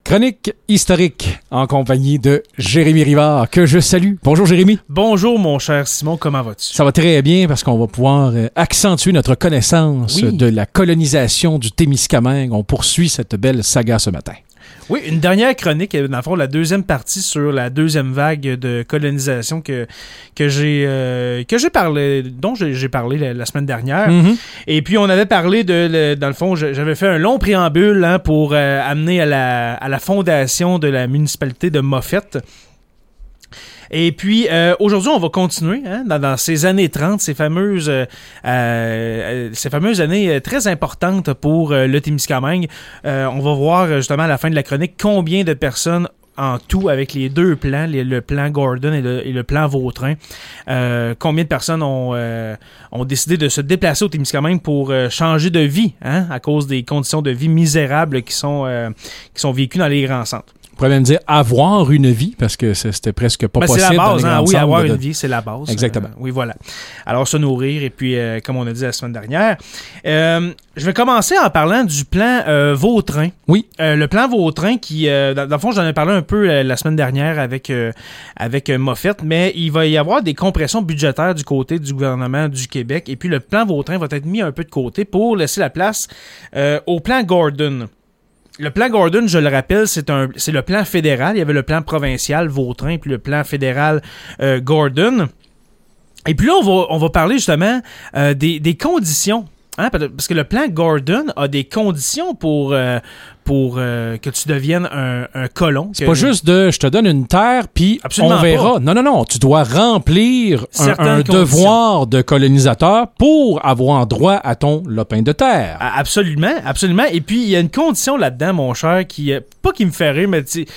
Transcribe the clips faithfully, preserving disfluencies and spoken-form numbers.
Chronique historique en compagnie de Jérémy Rivard, que je salue. Bonjour Jérémy. Bonjour mon cher Simon, comment vas-tu? Ça va très bien parce qu'on va pouvoir accentuer notre connaissance oui. de la colonisation du Témiscamingue. On poursuit cette belle saga ce matin. Oui, une dernière chronique, dans le fond, la deuxième partie sur la deuxième vague de colonisation que, que j'ai euh, que j'ai parlé, dont j'ai, j'ai parlé la, la semaine dernière. Mm-hmm. Et puis, on avait parlé de, le, dans le fond, j'avais fait un long préambule hein, pour euh, amener à la, à la fondation de la municipalité de Moffett. Et puis, euh, aujourd'hui, on va continuer hein, dans, dans ces années trente, ces fameuses, euh, euh, ces fameuses années très importantes pour euh, le Témiscamingue. Euh, on va voir justement à la fin de la chronique combien de personnes en tout avec les deux plans, les, le plan Gordon et le, et le plan Vautrin. Euh, combien de personnes ont, euh, ont décidé de se déplacer au Témiscamingue pour euh, changer de vie hein, à cause des conditions de vie misérables qui sont, euh, qui sont vécues dans les grands centres. On pourrait même dire avoir une vie, parce que c'était presque pas ben, possible. C'est la base, dans les hein, oui, avoir de... une vie, c'est la base. Exactement. Euh, oui, voilà. Alors, se nourrir, et puis, euh, comme on a dit la semaine dernière, euh, je vais commencer en parlant du plan euh, Vautrin. Oui. Euh, le plan Vautrin qui, euh, dans, dans le fond, j'en ai parlé un peu euh, la semaine dernière avec, euh, avec euh, Moffett, mais il va y avoir des compressions budgétaires du côté du gouvernement du Québec, et puis le plan Vautrin va être mis un peu de côté pour laisser la place euh, au plan Gordon. Le plan Gordon, je le rappelle, c'est un, c'est le plan fédéral. Il y avait le plan provincial Vautrin, puis le plan fédéral euh, Gordon. Et puis là, on va, on va parler justement euh, des, des conditions. Hein, parce que le plan Gordon a des conditions pour, euh, pour euh, que tu deviennes un, un colon. C'est que... pas juste de je te donne une terre puis on verra. Pas. Non, non, non. Tu dois remplir un, un devoir de colonisateur pour avoir droit à ton lopin de terre. Absolument, absolument. Et puis, il y a une condition là-dedans, mon cher, qui pas qui me fait rire, mais tu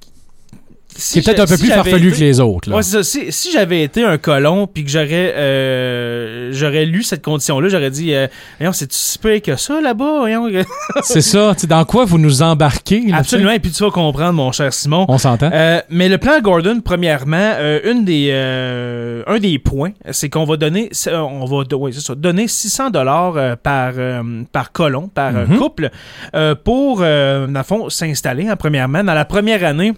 Si c'est peut-être un peu si plus farfelu été... que les autres. Là. Ouais, c'est ça. Si, si j'avais été un colon puis que j'aurais euh, j'aurais lu cette condition-là, j'aurais dit euh, voyons, c'est-tu si peu que ça là-bas? Voyons. C'est ça. T'sais, dans quoi vous nous embarquez? Là, absolument. t'sais? Et puis tu vas comprendre, mon cher Simon. On s'entend. Euh, mais le plan Gordon, premièrement, euh, une des, euh, un des points, c'est qu'on va donner on va ouais, c'est ça, donner six cents dollars euh, par, euh, par colon, par mm-hmm. couple, euh, pour, euh, dans le fond, s'installer, hein, premièrement. Dans la première année,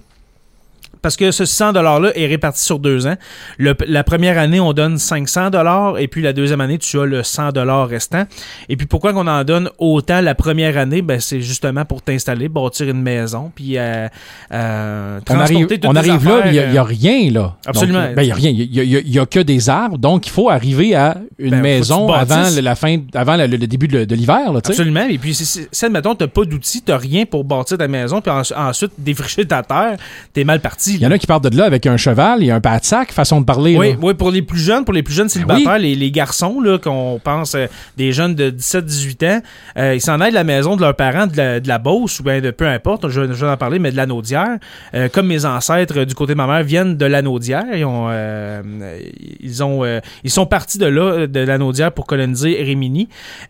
parce que ce cent dollars-là est réparti sur deux ans. Le, la première année, on donne cinq cents dollars et puis la deuxième année, tu as le cent dollars restant. Et puis pourquoi qu'on en donne autant la première année? Ben, c'est justement pour t'installer, bâtir une maison, puis euh, euh, transporter toutes on arrive, on arrive affaires, là, il n'y a, a rien là. Absolument. Donc, ben, il n'y a rien. Il n'y a, a, a que des arbres. Donc, il faut arriver à une ben, maison avant, le, la fin, avant le, le début de, de l'hiver. Là, absolument. Et puis, si, si, si admettons, tu n'as pas d'outils, tu n'as rien pour bâtir ta maison, puis en, ensuite défricher ta terre, tu es mal parti. Il y en a qui partent de là avec un cheval et un pas de sac, façon de parler. Oui, là. oui, pour les plus jeunes, pour les plus jeunes célibataires, oui. les, les garçons, là, qu'on pense euh, des jeunes de dix-sept à dix-huit ans, euh, ils s'en aillent de la maison de leurs parents, de la, de la Beauce, ou bien de peu importe, je, je vais en parler, mais de la Naudière. Euh, comme mes ancêtres euh, du côté de ma mère viennent de la Naudière, ils ont, euh, ils ont, euh, ils sont partis de là, de la Naudière pour coloniser Rimini.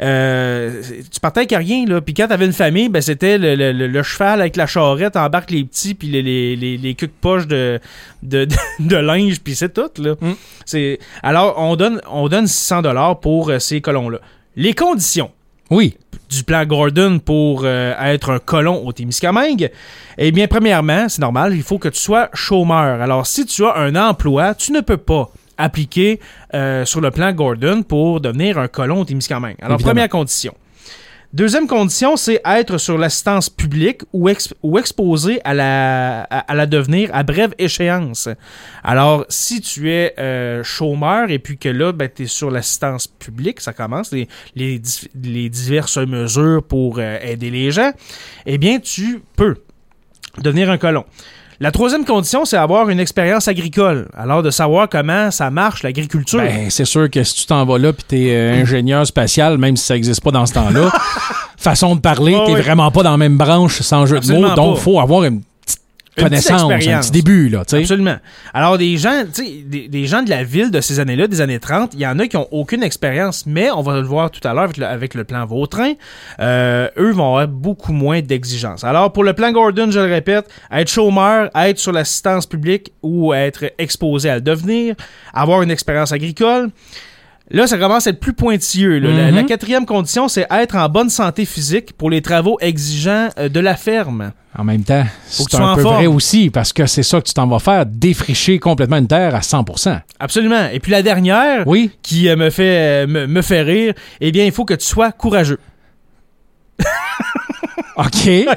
Euh, tu partais avec rien, là, puis quand t'avais une famille, ben c'était le, le, le, le cheval avec la charrette, embarque les petits, puis les, les, les, les culs de poche de De, de, de linge, puis c'est tout, là. Mm. C'est, alors, on donne, on donne six cents dollars pour euh, ces colons-là. Les conditions oui. du plan Gordon pour euh, être un colon au Témiscamingue, eh bien, premièrement, c'est normal, il faut que tu sois chômeur. Alors, si tu as un emploi, tu ne peux pas appliquer euh, sur le plan Gordon pour devenir un colon au Témiscamingue. Alors, évidemment. Première condition. Deuxième condition, c'est être sur l'assistance publique ou, exp- ou exposé à la, à, à la devenir à brève échéance. Alors, si tu es euh, chômeur et puis que là, ben, tu es sur l'assistance publique, ça commence, les, les, les diverses mesures pour euh, aider les gens, eh bien, tu peux devenir un colon. La troisième condition, c'est avoir une expérience agricole. Alors, de savoir comment ça marche, l'agriculture. Ben, c'est sûr que si tu t'en vas là puis t'es euh, ingénieur spatial, même si ça n'existe pas dans ce temps-là, façon de parler, oh, t'es oui. vraiment pas dans la même branche sans jeu Absolument de mots. Donc, il faut avoir une petite connaissance, un petit début, là, tu sais. Absolument. Alors, des gens, tu sais, des, des gens de la ville de ces années-là, des années trente, il y en a qui n'ont aucune expérience, mais on va le voir tout à l'heure avec le, avec le plan Vautrin, euh, eux vont avoir beaucoup moins d'exigences. Alors, pour le plan Gordon, je le répète, être chômeur, être sur l'assistance publique ou être exposé à le devenir, avoir une expérience agricole. Là, ça commence à être plus pointilleux. Là. Mm-hmm. La, la quatrième condition, c'est être en bonne santé physique pour les travaux exigeants euh, de la ferme. En même temps, c'est un peu forme. Vrai aussi, parce que c'est ça que tu t'en vas faire, défricher complètement une terre à cent pour cent. Absolument. Et puis la dernière, oui? qui euh, me, fait, euh, me, me fait rire, eh bien, il faut que tu sois courageux. OK. okay.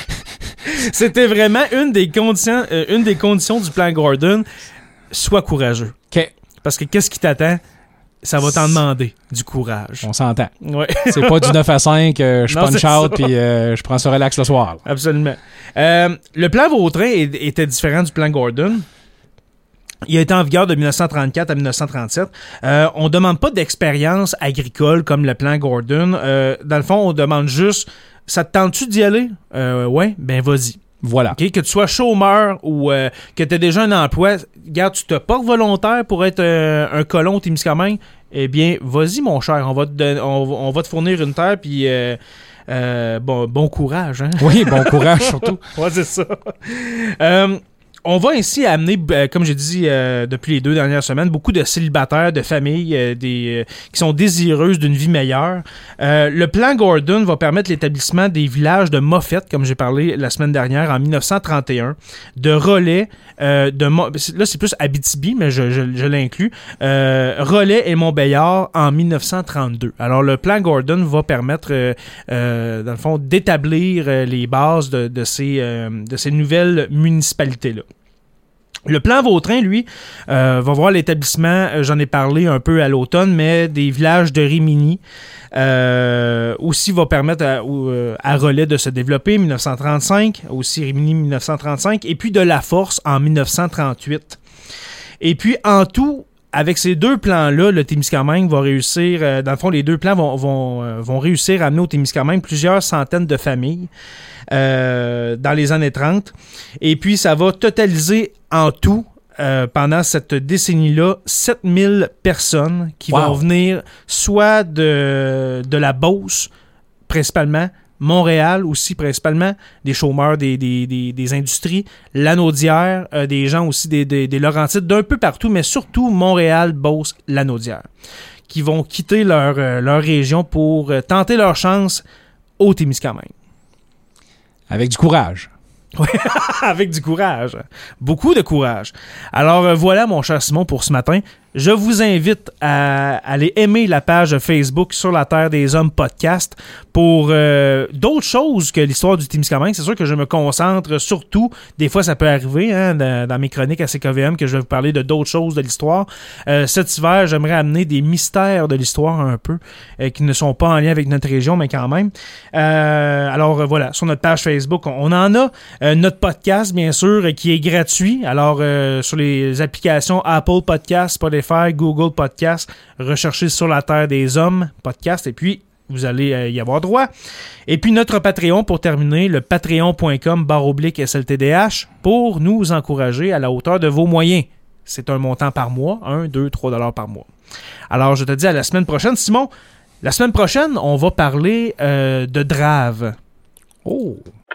C'était vraiment une des conditions, euh, une des conditions du plan Gordon. Sois courageux. OK. Parce que qu'est-ce qui t'attend? Ça va t'en demander du courage. On s'entend. Ouais. C'est pas du neuf à cinq, euh, je non, punch out puis euh, je prends ce relax le soir. Là. Absolument. Euh, le plan Vautrin est, était différent du plan Gordon. Il a été en vigueur de dix-neuf cent trente-quatre à dix-neuf cent trente-sept. Euh, on ne demande pas d'expérience agricole comme le plan Gordon. Euh, dans le fond, on demande juste, ça te tente-tu d'y aller? Euh, ouais, ben vas-y. Voilà. Okay? Que tu sois chômeur ou euh, que tu aies déjà un emploi, regarde, tu te portes volontaire pour être euh, un colon au Témiscamingue, eh bien, vas-y, mon cher, on va te, don- on, on va te fournir une terre, puis euh, euh, bon, bon courage. Hein? Oui, bon courage surtout. Ouais, c'est ça. Euh, On va ainsi amener, euh, comme j'ai dit euh, depuis les deux dernières semaines, beaucoup de célibataires, de familles euh, des, euh, qui sont désireuses d'une vie meilleure. Euh, le plan Gordon va permettre l'établissement des villages de Moffett, comme j'ai parlé la semaine dernière, en dix-neuf cent trente et un, de Relais, euh, de Mo- là c'est plus Abitibi, mais je, je, je l'inclus, euh, Relais et Montbéliard en dix-neuf cent trente-deux. Alors le plan Gordon va permettre, euh, euh, dans le fond, d'établir euh, les bases de, de, ces, euh, de ces nouvelles municipalités-là. Le plan Vautrin, lui, euh, va voir l'établissement, euh, j'en ai parlé un peu à l'automne, mais des villages de Rimini. Euh, aussi va permettre à, à Relais de se développer en dix-neuf cent trente-cinq, aussi Rimini en dix-neuf cent trente-cinq, et puis de La Force en dix-neuf cent trente-huit. Et puis, en tout, avec ces deux plans-là, le Témiscamingue va réussir, euh, dans le fond, les deux plans vont, vont, euh, vont réussir à amener au Témiscamingue plusieurs centaines de familles euh, dans les années trente. Et puis, ça va totaliser en tout, euh, pendant cette décennie-là, sept mille personnes qui wow. vont venir soit de, de la Beauce, principalement, Montréal aussi, principalement, des chômeurs des, des, des, des industries, Lanaudière, euh, des gens aussi des, des, des Laurentides, d'un peu partout, mais surtout Montréal, Beauce, Lanaudière, qui vont quitter leur, euh, leur région pour euh, tenter leur chance au Témiscamingue. Avec du courage. Oui, avec du courage. Beaucoup de courage. Alors euh, voilà, mon cher Simon, pour ce matin. Je vous invite à aller aimer la page Facebook Sur la Terre des Hommes podcast pour euh, d'autres choses que l'histoire du Témiscamingue. C'est sûr que je me concentre surtout, des fois ça peut arriver hein, dans, dans mes chroniques à C K V M que je vais vous parler de d'autres choses de l'histoire. Euh, cet hiver, j'aimerais amener des mystères de l'histoire un peu, euh, qui ne sont pas en lien avec notre région, mais quand même. Euh, alors euh, voilà, sur notre page Facebook, on, on en a. Euh, notre podcast, bien sûr, euh, qui est gratuit. Alors euh, sur les applications Apple Podcast, Spotify, Google Podcast, recherchez Sur la Terre des Hommes podcast et puis vous allez euh, y avoir droit. Et puis notre Patreon pour terminer, le patreon.com barre oblique SLTDH pour nous encourager à la hauteur de vos moyens. C'est un montant par mois, un, deux, trois dollars par mois. Alors je te dis à la semaine prochaine, Simon. La semaine prochaine, on va parler euh, de Drave. Oh!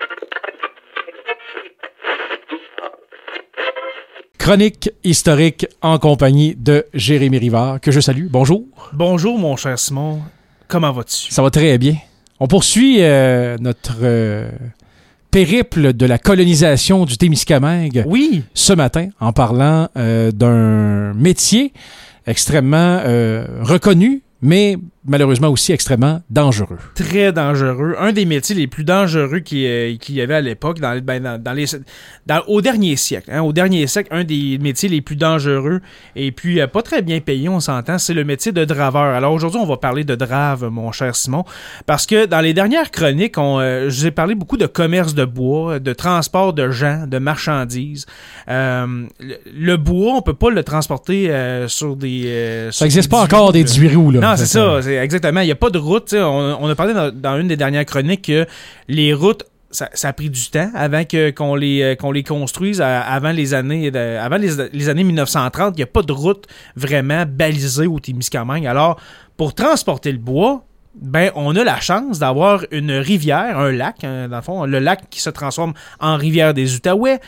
Chronique historique en compagnie de Jérémy Rivard, que je salue. Bonjour. Bonjour, mon cher Simon. Comment vas-tu? Ça va très bien. On poursuit euh, notre euh, périple de la colonisation du Témiscamingue oui. ce matin en parlant euh, d'un métier extrêmement euh, reconnu, mais malheureusement aussi extrêmement dangereux. Très dangereux. Un des métiers les plus dangereux qu'il euh, qu'il y avait à l'époque, dans, ben, dans, dans les, dans, au dernier siècle. Hein, au dernier siècle, un des métiers les plus dangereux et puis euh, pas très bien payé, on s'entend, c'est le métier de draveur. Alors aujourd'hui, on va parler de drave, mon cher Simon, parce que dans les dernières chroniques, on, euh, je vous ai parlé beaucoup de commerce de bois, de transport de gens, de marchandises. Euh, le, le bois, on peut pas le transporter euh, sur des... Euh, ça n'existe pas encore des dix-huit roues, là. Non, c'est ça, c'est exactement. Il n'y a pas de route. On, on a parlé dans, dans une des dernières chroniques que les routes, ça, ça a pris du temps avant que, qu'on, les, qu'on les construise à, avant les années de, avant les, les années dix-neuf cent trente. Il n'y a pas de route vraiment balisée au Témiscamingue. Alors, pour transporter le bois, ben, on a la chance d'avoir une rivière, un lac, hein, dans le fond, le lac qui se transforme en rivière des Outaouais,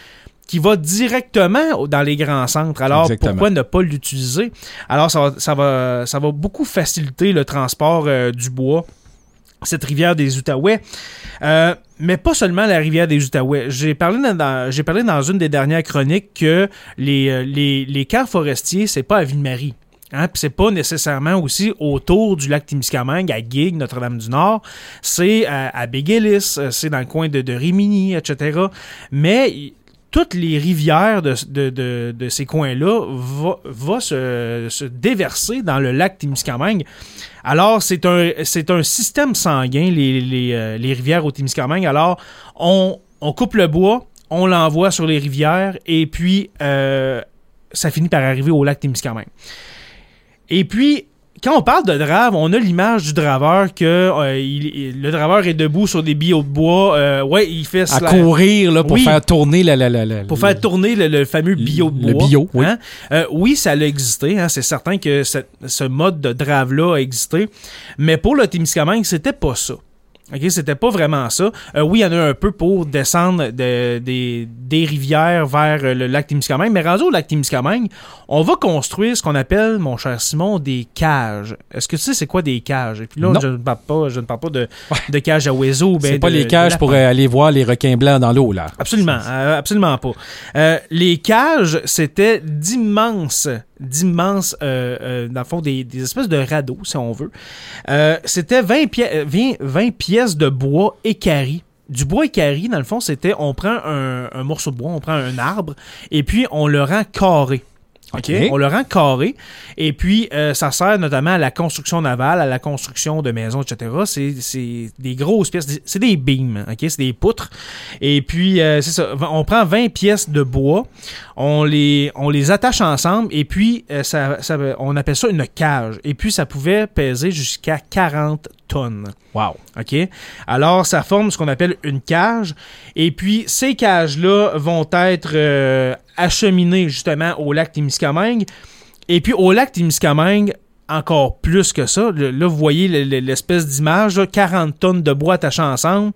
qui va directement dans les grands centres. Alors, Exactement. Pourquoi ne pas l'utiliser? Alors, ça va, ça va, ça va beaucoup faciliter le transport euh, du bois, cette rivière des Outaouais. Euh, mais pas seulement la rivière des Outaouais. J'ai parlé dans, j'ai parlé dans une des dernières chroniques que les, les, les camps forestiers, c'est pas à Ville-Marie. Hein, puis c'est pas nécessairement aussi autour du lac Témiscamingue, à Guigues, Notre-Dame-du-Nord. C'est à, à Big-Ellis, c'est dans le coin de, de Rimini, et cetera. Mais toutes les rivières de, de, de, de ces coins-là vont va se, se déverser dans le lac Témiscamingue. Alors, c'est un, c'est un système sanguin, les, les, euh, les rivières au Témiscamingue. Alors, on, on coupe le bois, on l'envoie sur les rivières, et puis euh, ça finit par arriver au lac Témiscamingue. Et puis, quand on parle de drave, on a l'image du draveur que euh, il, le draveur est debout sur des billots de bois. Euh, ouais, il fait à la... courir là, pour oui, faire tourner la, la, la, la pour faire tourner le, le fameux billot de bois. Le bio, oui. Hein? Euh, oui, ça a existé. Hein? C'est certain que cette, ce mode de drave-là a existé. Mais pour le Témiscamingue, c'était pas ça. OK, c'était pas vraiment ça. Euh, oui, il y en a un peu pour descendre de, de, des rivières vers le lac Témiscamingue, mais rendu au lac Témiscamingue, on va construire ce qu'on appelle, mon cher Simon, des cages. Est-ce que tu sais c'est quoi des cages? Et puis là, je ne parle pas, je ne parle pas de, de cages à oiseaux. Ben c'est pas de, les cages pour aller voir les requins blancs dans l'eau, là. Absolument, euh, absolument pas. Euh, les cages, c'était d'immenses d'immenses, euh, euh, dans le fond, des, des espèces de radeaux, si on veut. Euh, c'était vingt, pi- vingt, vingt pièces de bois équarri. Du bois équarri, dans le fond, c'était, on prend un, un morceau de bois, on prend un arbre, et puis on le rend carré. Okay. OK? On le rend carré. Et puis, euh, ça sert notamment à la construction navale, à la construction de maisons, et cetera. C'est, c'est des grosses pièces. C'est des beams, OK? C'est des poutres. Et puis, euh, c'est ça. On prend vingt pièces de bois. On les, on les attache ensemble. Et puis, euh, ça, ça, on appelle ça une cage. Et puis, ça pouvait peser jusqu'à quarante tonnes. Wow. OK? Alors, ça forme ce qu'on appelle une cage. Et puis, ces cages-là vont être euh, acheminées justement au lac Témiscamingue. Et puis, au lac Témiscamingue, encore plus que ça. Là, vous voyez l'espèce d'image, là, quarante tonnes de bois attachés ensemble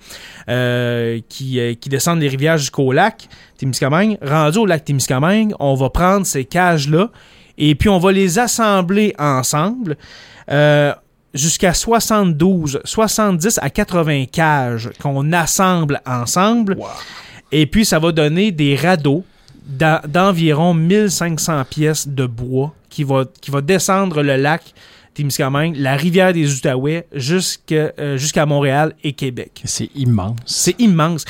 euh, qui, euh, qui descendent les rivières jusqu'au lac Témiscamingue. Rendu au lac Témiscamingue, on va prendre ces cages-là et puis on va les assembler ensemble. Euh, jusqu'à soixante-douze, soixante-dix à quatre-vingts cages qu'on assemble ensemble. Wow. Et puis, ça va donner des radeaux d'en, d'environ mille cinq cents pièces de bois qui va, qui va descendre le lac Témiscamingue, la rivière des Outaouais, jusqu'à, euh, jusqu'à Montréal et Québec. C'est immense. C'est immense.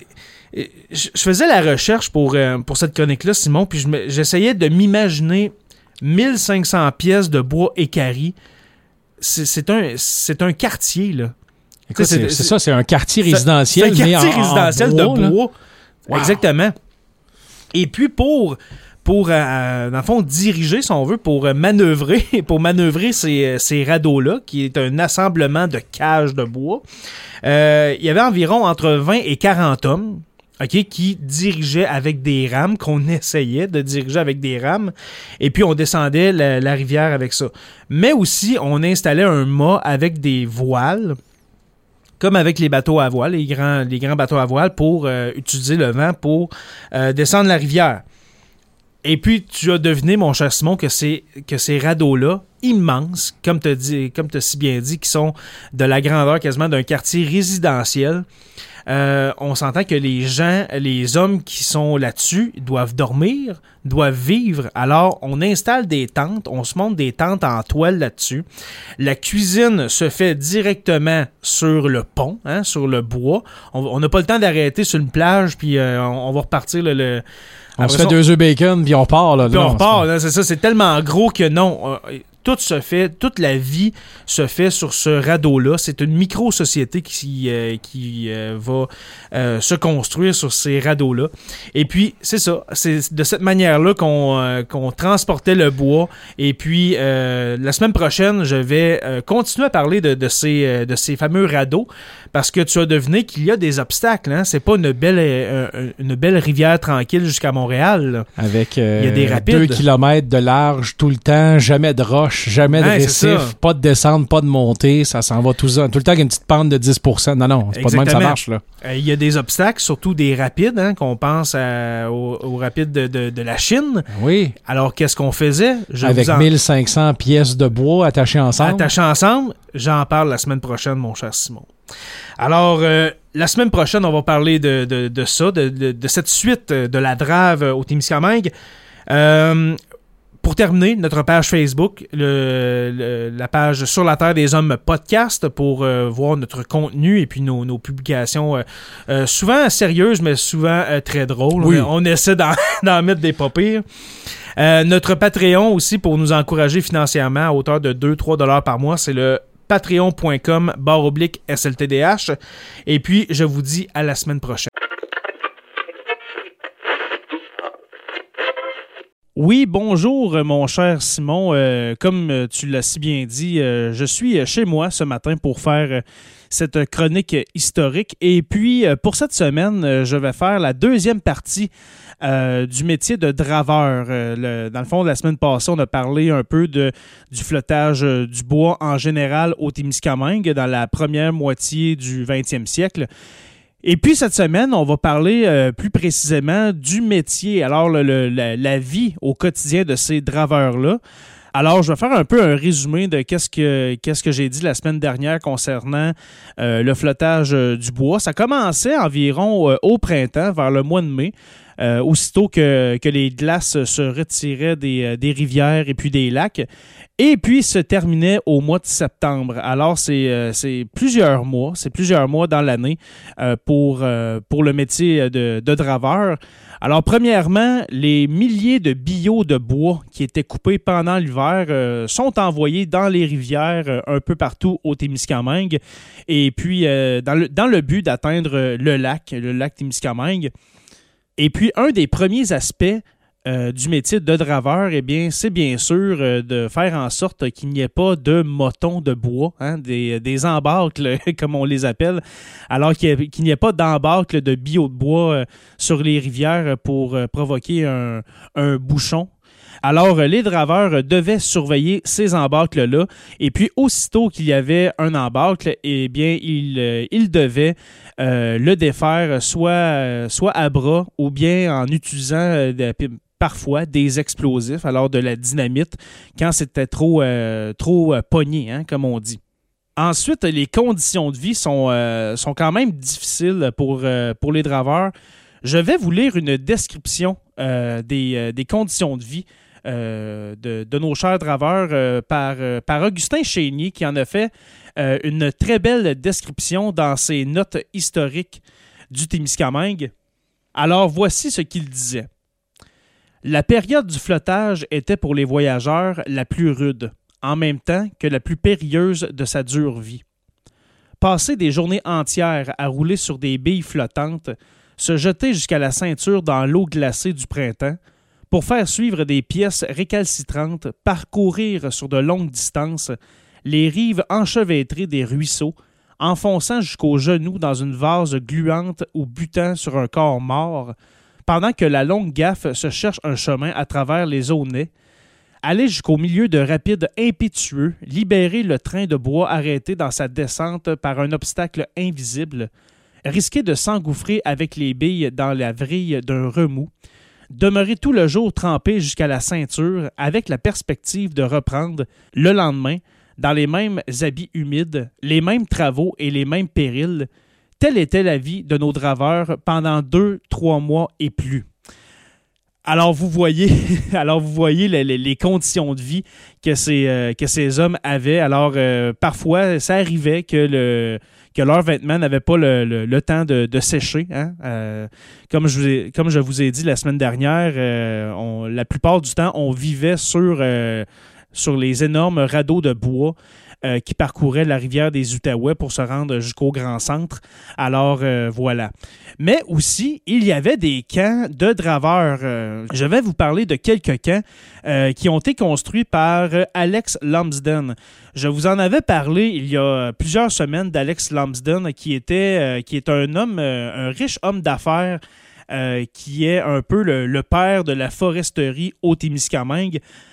Je faisais la recherche pour, euh, pour cette chronique-là, Simon, puis je me, j'essayais de m'imaginer mille cinq cents pièces de bois équarri. C'est, c'est, un, c'est un quartier, là. Écoute, c'est, c'est, c'est ça, c'est un quartier résidentiel. C'est un quartier mais en, résidentiel en bois, de bois. Wow. Exactement. Et puis, pour, pour euh, dans le fond, diriger, si on veut, pour manœuvrer, pour manœuvrer ces, ces radeaux-là, qui est un assemblement de cages de bois, euh, il y avait environ entre vingt et quarante hommes. OK, qui dirigeait avec des rames, qu'on essayait de diriger avec des rames, et puis on descendait la, la rivière avec ça. Mais aussi, on installait un mât avec des voiles, comme avec les bateaux à voile, les grands, les grands bateaux à voile, pour euh, utiliser le vent pour euh, descendre la rivière. Et puis, tu as deviné, mon cher Simon, que, c'est, que ces radeaux-là, immenses, comme tu as dit, comme tu as si bien dit, qui sont de la grandeur quasiment d'un quartier résidentiel, Euh, on s'entend que les gens, les hommes qui sont là-dessus doivent dormir, doivent vivre. Alors, on installe des tentes, on se monte des tentes en toile là-dessus. La cuisine se fait directement sur le pont, hein, sur le bois. On n'a pas le temps d'arrêter sur une plage, puis euh, on, on va repartir le... le on se fait deux œufs bacon, puis on part. Là, puis on repart, là, c'est ça, c'est tellement gros que non... Euh, Tout se fait, toute la vie se fait sur ce radeau-là. C'est une micro-société qui, euh, qui euh, va euh, se construire sur ces radeaux-là. Et puis, c'est ça. C'est de cette manière-là qu'on, euh, qu'on transportait le bois. Et puis, euh, la semaine prochaine, je vais euh, continuer à parler de, de, ces, euh, de ces fameux radeaux parce que tu as deviné qu'il y a des obstacles. Hein? C'est pas une belle, euh, une belle rivière tranquille jusqu'à Montréal. Là. Avec euh, Il y a des rapides. deux kilomètres de large tout le temps, jamais de roche. croche, jamais de ouais, récif, pas de descente, pas de montée, ça s'en va tout ça. Tout le temps avec une petite pente de dix pour cent. Non, non, c'est Exactement. Pas de même que ça marche. Là. Euh, il y a des obstacles, surtout des rapides, hein, qu'on pense à, aux, aux rapides de, de, de la Chine. Oui. Alors, qu'est-ce qu'on faisait? Je avec en... mille cinq cents pièces de bois attachées ensemble. Attachées ensemble, j'en parle la semaine prochaine, mon cher Simon. Alors, euh, la semaine prochaine, on va parler de, de, de ça, de, de, de cette suite de la Drave au Témiscamingue. Euh, pour terminer, notre page Facebook, le, le, la page Sur la Terre des Hommes podcast pour euh, voir notre contenu et puis nos, nos publications euh, euh, souvent sérieuses, mais souvent euh, très drôles. Oui. On, on essaie d'en, d'en mettre des pas pires. Euh, notre Patreon aussi pour nous encourager financièrement à hauteur de deux à trois dollars par mois, c'est le patreon.com barre oblique SLTDH. Et puis, je vous dis à la semaine prochaine. Oui, bonjour mon cher Simon. Euh, comme tu l'as si bien dit, euh, je suis chez moi ce matin pour faire euh, cette chronique historique. Et puis, euh, pour cette semaine, euh, je vais faire la deuxième partie euh, du métier de draveur. Euh, le, dans le fond, la semaine passée, on a parlé un peu de, du flottage euh, du bois en général au Témiscamingue dans la première moitié du vingtième siècle. Et puis, cette semaine, on va parler euh, plus précisément du métier, alors le, le, la, la vie au quotidien de ces draveurs-là. Alors, je vais faire un peu un résumé de qu'est-ce que, qu'est-ce que j'ai dit la semaine dernière concernant euh, le flottage euh, du bois. Ça commençait environ euh, au printemps, vers le mois de mai, euh, aussitôt que, que les glaces se retiraient des, des rivières et puis des lacs. Et puis, se terminait au mois de septembre. Alors, c'est, euh, c'est plusieurs mois, c'est plusieurs mois dans l'année euh, pour, euh, pour le métier de, de draveur. Alors, premièrement, les milliers de billots de bois qui étaient coupés pendant l'hiver euh, sont envoyés dans les rivières euh, un peu partout au Témiscamingue. Et puis, euh, dans, le, dans le but d'atteindre le lac, le lac Témiscamingue. Et puis, un des premiers aspects Euh, du métier de draveur, eh bien, c'est bien sûr euh, de faire en sorte qu'il n'y ait pas de motons de bois, hein, des, des embâcles, comme on les appelle, alors qu'il, y ait, qu'il n'y ait pas d'embâcles de billots de bois euh, sur les rivières pour euh, provoquer un, un bouchon. Alors, euh, les draveurs devaient surveiller ces embâcles-là, et puis aussitôt qu'il y avait un embâcle, eh bien, ils, euh, ils devaient euh, le défaire soit, euh, soit à bras ou bien en utilisant euh, de, parfois des explosifs, alors de la dynamite, quand c'était trop, euh, trop euh, pogné, hein, comme on dit. Ensuite, les conditions de vie sont, euh, sont quand même difficiles pour, euh, pour les draveurs. Je vais vous lire une description euh, des, euh, des conditions de vie euh, de, de nos chers draveurs euh, par, euh, par Augustin Chénier, qui en a fait euh, une très belle description dans ses notes historiques du Témiscamingue. Alors, voici ce qu'il disait. La période du flottage était pour les voyageurs la plus rude, en même temps que la plus périlleuse de sa dure vie. Passer des journées entières à rouler sur des billes flottantes, se jeter jusqu'à la ceinture dans l'eau glacée du printemps, pour faire suivre des pièces récalcitrantes, parcourir sur de longues distances les rives enchevêtrées des ruisseaux, enfonçant jusqu'aux genoux dans une vase gluante ou butant sur un corps mort, pendant que la longue gaffe se cherche un chemin à travers les aunais, aller jusqu'au milieu de rapides impétueux, libérer le train de bois arrêté dans sa descente par un obstacle invisible, risquer de s'engouffrer avec les billes dans la vrille d'un remous, demeurer tout le jour trempé jusqu'à la ceinture avec la perspective de reprendre, le lendemain, dans les mêmes habits humides, les mêmes travaux et les mêmes périls. Telle était la vie de nos draveurs pendant deux, trois mois et plus. Alors vous voyez, alors vous voyez les, les, les conditions de vie que ces, euh, que ces hommes avaient. Alors euh, parfois, ça arrivait que le que leurs vêtements n'avaient pas le, le, le temps de, de sécher. Hein? Euh, comme, je vous ai, comme je vous ai dit la semaine dernière, euh, on, la plupart du temps, on vivait sur, euh, sur les énormes radeaux de bois Euh, qui parcourait la rivière des Outaouais pour se rendre jusqu'au Grand Centre. Alors, euh, voilà. Mais aussi, il y avait des camps de draveurs. Euh, je vais vous parler de quelques camps euh, qui ont été construits par euh, Alex Lumsden. Je vous en avais parlé il y a plusieurs semaines d'Alex Lumsden, qui, était, euh, qui est un homme, euh, un riche homme d'affaires, euh, qui est un peu le, le père de la foresterie au Témiscamingue.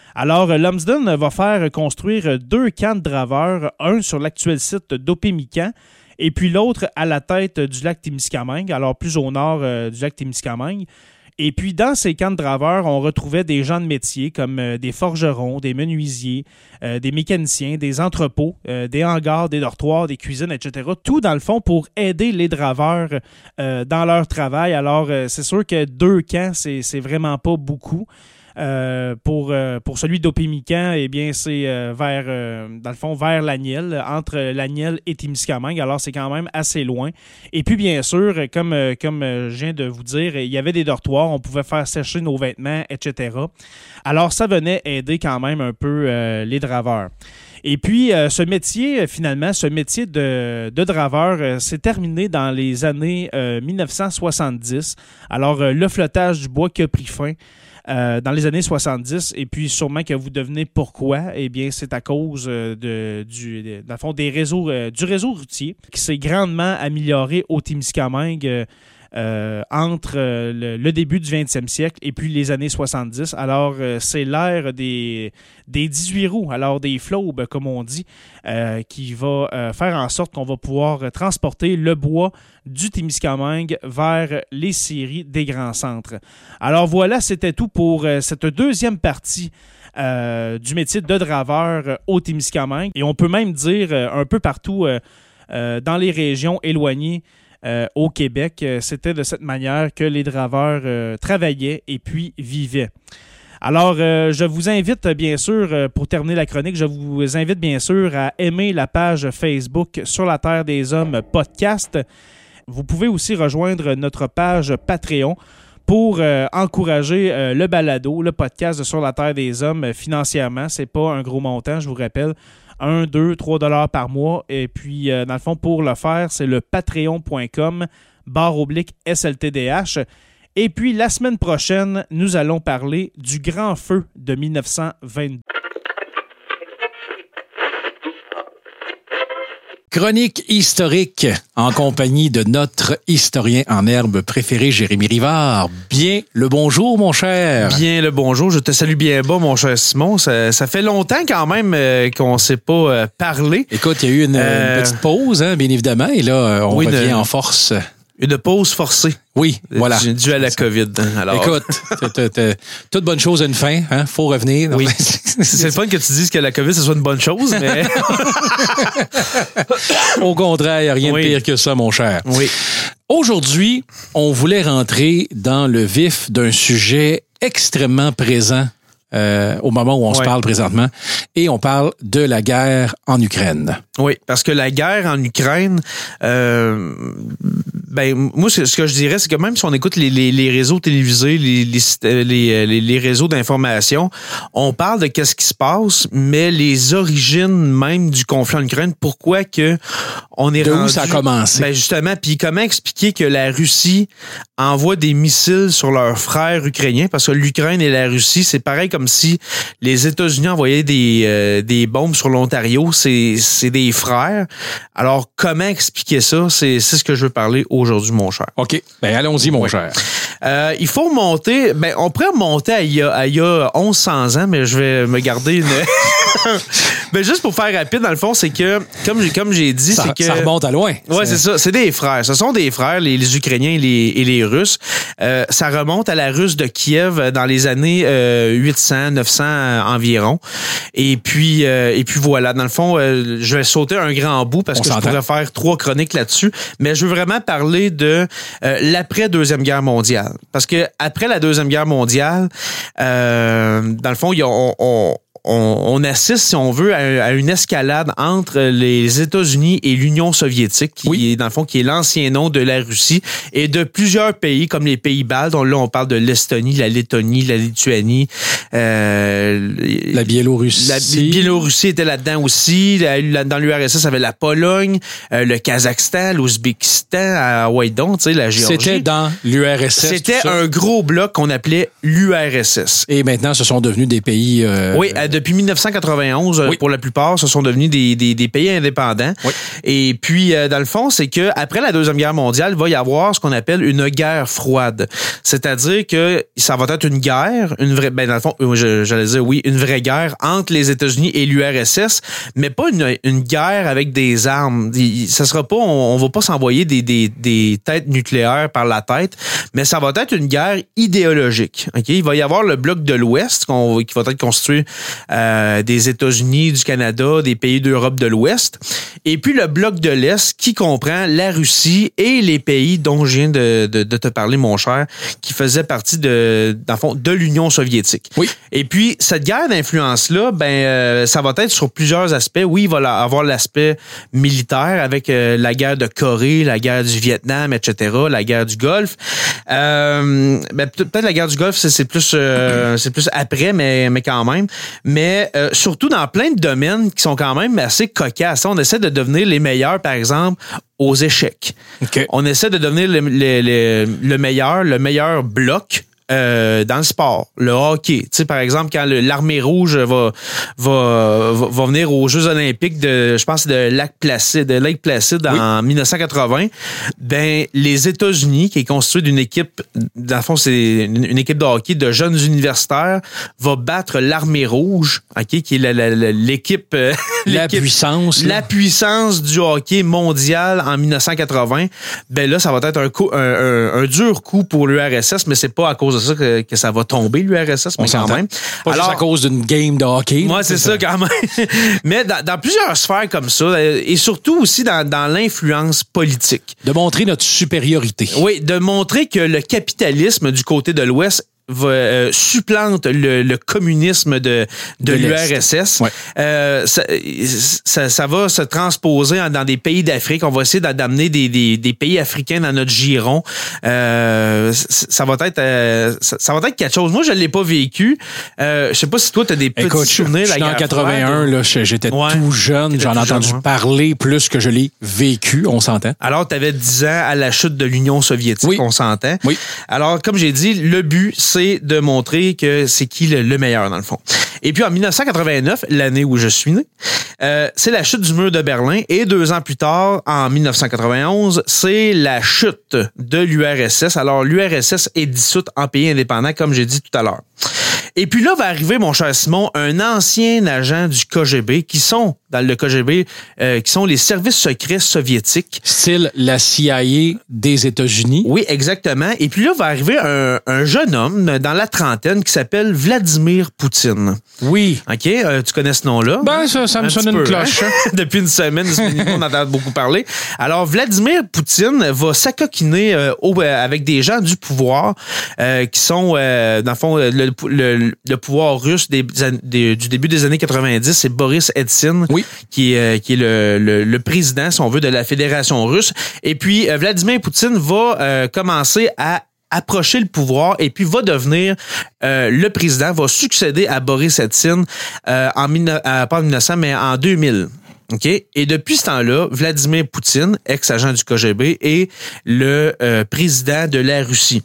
Alors, Lumsden va faire construire deux camps de draveurs, un sur l'actuel site d'Opémican, et puis l'autre à la tête du lac Témiscamingue, alors plus au nord euh, du lac Témiscamingue. Et puis, dans ces camps de draveurs, on retrouvait des gens de métier comme euh, des forgerons, des menuisiers, euh, des mécaniciens, des entrepôts, euh, des hangars, des dortoirs, des cuisines, et cetera. Tout, dans le fond, pour aider les draveurs euh, dans leur travail. Alors, euh, c'est sûr que deux camps, c'est, c'est vraiment pas beaucoup. Euh, pour, euh, pour celui d'Opémican, eh bien, c'est euh, vers, euh, dans le fond, vers Laniel, entre Laniel et Témiscamingue. Alors, c'est quand même assez loin. Et puis, bien sûr, comme, euh, comme je viens de vous dire, il y avait des dortoirs, on pouvait faire sécher nos vêtements, et cetera. Alors, ça venait aider quand même un peu euh, les draveurs. Et puis, euh, ce métier, finalement, ce métier de, de draveur euh, s'est terminé dans les années euh, dix-neuf cent soixante-dix. Alors, euh, le flottage du bois qui a pris fin Euh, dans les années soixante-dix, et puis sûrement que vous devenez pourquoi, eh bien c'est à cause euh, de, du, de, dans le fond, des réseaux, euh, du réseau routier qui s'est grandement amélioré au Témiscamingue euh, euh, entre euh, le, le début du vingtième siècle et puis les années soixante-dix. Alors, euh, c'est l'ère des, des dix-huit roues, alors des flobes, comme on dit, euh, qui va euh, faire en sorte qu'on va pouvoir transporter le bois du Témiscamingue vers les scieries des grands centres. Alors voilà, c'était tout pour euh, cette deuxième partie euh, du métier de draveur euh, au Témiscamingue. Et on peut même dire euh, un peu partout euh, euh, dans les régions éloignées euh, au Québec, euh, c'était de cette manière que les draveurs euh, travaillaient et puis vivaient. Alors, euh, je vous invite, bien sûr, euh, pour terminer la chronique, je vous invite, bien sûr, à aimer la page Facebook Sur la Terre des Hommes podcast. Vous pouvez aussi rejoindre notre page Patreon pour euh, encourager euh, le balado, le podcast de Sur la Terre des Hommes euh, financièrement. C'est pas un gros montant, je vous rappelle. un, deux, trois dollars par mois. Et puis, euh, dans le fond, pour le faire, c'est le patreon.com barre oblique SLTDH. Et puis, la semaine prochaine, nous allons parler du grand feu de dix-neuf cent vingt-deux. Chronique historique en compagnie de notre historien en herbe préféré, Jérémy Rivard. Bien le bonjour, mon cher. Bien le bonjour. Je te salue bien bas, mon cher Simon. Ça, ça fait longtemps quand même euh, qu'on ne s'est pas euh, parlé. Écoute, il y a eu une, euh... une petite pause, hein, bien évidemment, et là, on oui, revient de... en force. Une pause forcée. Oui, voilà. Dû à la COVID. Alors. Écoute, t'as, t'as, t'as, toute bonne chose a une fin, hein? Faut revenir. Oui. C'est le fun que tu dises que la COVID, ce soit une bonne chose, mais... Au contraire, il n'y a rien oui. de pire que ça, mon cher. Oui. Aujourd'hui, on voulait rentrer dans le vif d'un sujet extrêmement présent euh, au moment où on oui. se parle présentement, et on parle de la guerre en Ukraine. Oui, parce que la guerre en Ukraine, euh, ben moi ce que je dirais, c'est que même si on écoute les, les, les réseaux télévisés, les, les, les, les réseaux d'information, on parle de qu'est-ce qui se passe, mais les origines même du conflit en Ukraine, pourquoi que on est de rendu, où ça a commencé. Ben justement, puis comment expliquer que la Russie envoie des missiles sur leurs frères ukrainiens, parce que l'Ukraine et la Russie, c'est pareil comme si les États-Unis envoyaient des, euh, des bombes sur l'Ontario, c'est, c'est des frères. Alors, comment expliquer ça? C'est, c'est ce que je veux parler aujourd'hui, mon cher. OK. Ben, allons-y, mon oui. cher. Euh, il faut monter... Ben, on pourrait monter à il y a, à il y a onze cents ans, mais je vais me garder une... Ben, juste pour faire rapide, dans le fond, c'est que, comme j'ai, comme j'ai dit, ça, c'est que... Ça remonte à loin. Ouais, c'est, c'est ça. C'est des frères. Ce sont des frères, les, les Ukrainiens et les, et les Russes. Euh, ça remonte à la Russe de Kiev dans les années euh, huit cents, neuf cents euh, environ. Et puis, euh, et puis voilà. Dans le fond, euh, je vais sauter un grand bout parce on que s'entend. Je pourrais faire trois chroniques là-dessus. Mais je veux vraiment parler de euh, l'après-deuxième guerre mondiale. Parce que après la deuxième guerre mondiale, euh, dans le fond, il y a, on, on On, on assiste, si on veut, à, à une escalade entre les États-Unis et l'Union soviétique, qui oui. est, dans le fond, qui est l'ancien nom de la Russie, et de plusieurs pays, comme les pays baltes, dont là, on parle de l'Estonie, la Lettonie, la Lituanie, euh, la Biélorussie. La Biélorussie était là-dedans aussi. La, la, dans l'U R S S, il y avait la Pologne, euh, le Kazakhstan, l'Ouzbékistan, à Hawaïdon, tu sais, la Géorgie. C'était dans l'U R S S. C'était un gros bloc qu'on appelait l'U R S S. Et maintenant, ce sont devenus des pays... Euh, oui, Ben, depuis dix-neuf cent quatre-vingt-onze, oui. pour la plupart, ce sont devenus des, des, des pays indépendants. Oui. Et puis, euh, dans le fond, c'est que après la Deuxième Guerre mondiale, il va y avoir ce qu'on appelle une guerre froide. C'est-à-dire que ça va être une guerre, une vraie, ben, dans le fond, je, j'allais dire oui, une vraie guerre entre les États-Unis et l'U R S S, mais pas une, une guerre avec des armes. Ça sera pas, on, on va pas s'envoyer des, des, des têtes nucléaires par la tête, mais ça va être une guerre idéologique. Okay? Il va y avoir le bloc de l'Ouest qu'on, qui va être constitué euh, des États-Unis, du Canada, des pays d'Europe de l'Ouest, et puis le bloc de l'Est qui comprend la Russie et les pays dont je viens de, de, de te parler, mon cher, qui faisaient partie de, dans le fond, de l'Union soviétique. Oui. Et puis, cette guerre d'influence-là, ben, euh, ça va être sur plusieurs aspects. Oui, il va avoir l'aspect militaire avec euh, la guerre de Corée, la guerre du Vietnam, et cetera, la guerre du Golfe. Euh, ben, peut-être la guerre du Golfe, c'est, c'est plus, euh, c'est plus après, mais, mais quand même. Mais euh, surtout dans plein de domaines qui sont quand même assez cocasses. On essaie de devenir les meilleurs, par exemple, aux échecs. Okay. On essaie de devenir le, le, le, le meilleur, le meilleur bloc euh, dans le sport, le hockey. Tu sais, par exemple, quand le, l'armée rouge va, va, va, va venir aux Jeux olympiques de, je pense, de Lac Placide, de Lake Placid oui. en dix-neuf cent quatre-vingts, ben, les États-Unis, qui est constitué d'une équipe, dans le fond, c'est une, une équipe de hockey de jeunes universitaires, va battre l'armée rouge, ok, qui est la, la, la, l'équipe, euh, la l'équipe, puissance, la là. puissance du hockey mondial en dix-neuf cent quatre-vingts. Ben là, ça va être un coup, un, un, un dur coup pour l'U R S S, mais c'est pas à cause de ça que, que ça va tomber, l'U R S S, mais on quand s'entend. même. Pas Alors, juste à cause d'une game de hockey. Moi, c'est, c'est ça, ça quand même. Mais dans, dans plusieurs sphères comme ça, et surtout aussi dans, dans l'influence politique. De montrer notre supériorité. Oui, de montrer que le capitalisme du côté de l'Ouest va, euh, supplante le, le communisme de, de, de l'U R S S. Ouais. Euh, ça, ça, ça va se transposer dans des pays d'Afrique. On va essayer d'amener des, des, des pays africains dans notre giron. Euh, ça va être euh, ça, ça va être quelque chose. Moi, je l'ai pas vécu. Euh, je sais pas si toi, tu as des petits Écoute, souvenirs. Je suis en quatre-vingt-un, là, j'étais ouais, tout jeune. J'en ai entendu jeune, parler plus que je l'ai vécu. On s'entend. Alors, tu avais dix ans à la chute de l'Union soviétique. Oui. On s'entend. Oui. Alors, comme j'ai dit, le but, c'est de montrer que c'est qui le, le meilleur, dans le fond. Et puis, en dix-neuf cent quatre-vingt-neuf, l'année où je suis né, euh, c'est la chute du mur de Berlin. Et deux ans plus tard, en dix-neuf cent quatre-vingt-onze, c'est la chute de l'U R S S. Alors, l'U R S S est dissoute en pays indépendant, comme j'ai dit tout à l'heure. Et puis là va arriver, mon cher Simon, un ancien agent du K G B, qui sont, dans le K G B, euh, qui sont les services secrets soviétiques. Style la C I A des États-Unis. Oui, exactement. Et puis là va arriver un, un jeune homme dans la trentaine qui s'appelle Vladimir Poutine. Oui. OK, euh, tu connais ce nom-là? Ben, ça, ça me sonne une cloche. Hein? Depuis une semaine, on en a beaucoup parlé. Alors, Vladimir Poutine va s'acoquiner euh, au, euh, avec des gens du pouvoir euh, qui sont, euh, dans le fond, le, le, le pouvoir russe des, des, du début des années quatre-vingt-dix, c'est Boris Eltsine, oui. qui, euh, qui est le, le, le président, si on veut, de la Fédération russe. Et puis, euh, Vladimir Poutine va euh, commencer à approcher le pouvoir et puis va devenir euh, le président, va succéder à Boris Eltsine euh, en euh, pas en mille neuf cents, mais en deux mille. OK? Et depuis ce temps-là, Vladimir Poutine, ex-agent du K G B, est le euh, président de la Russie.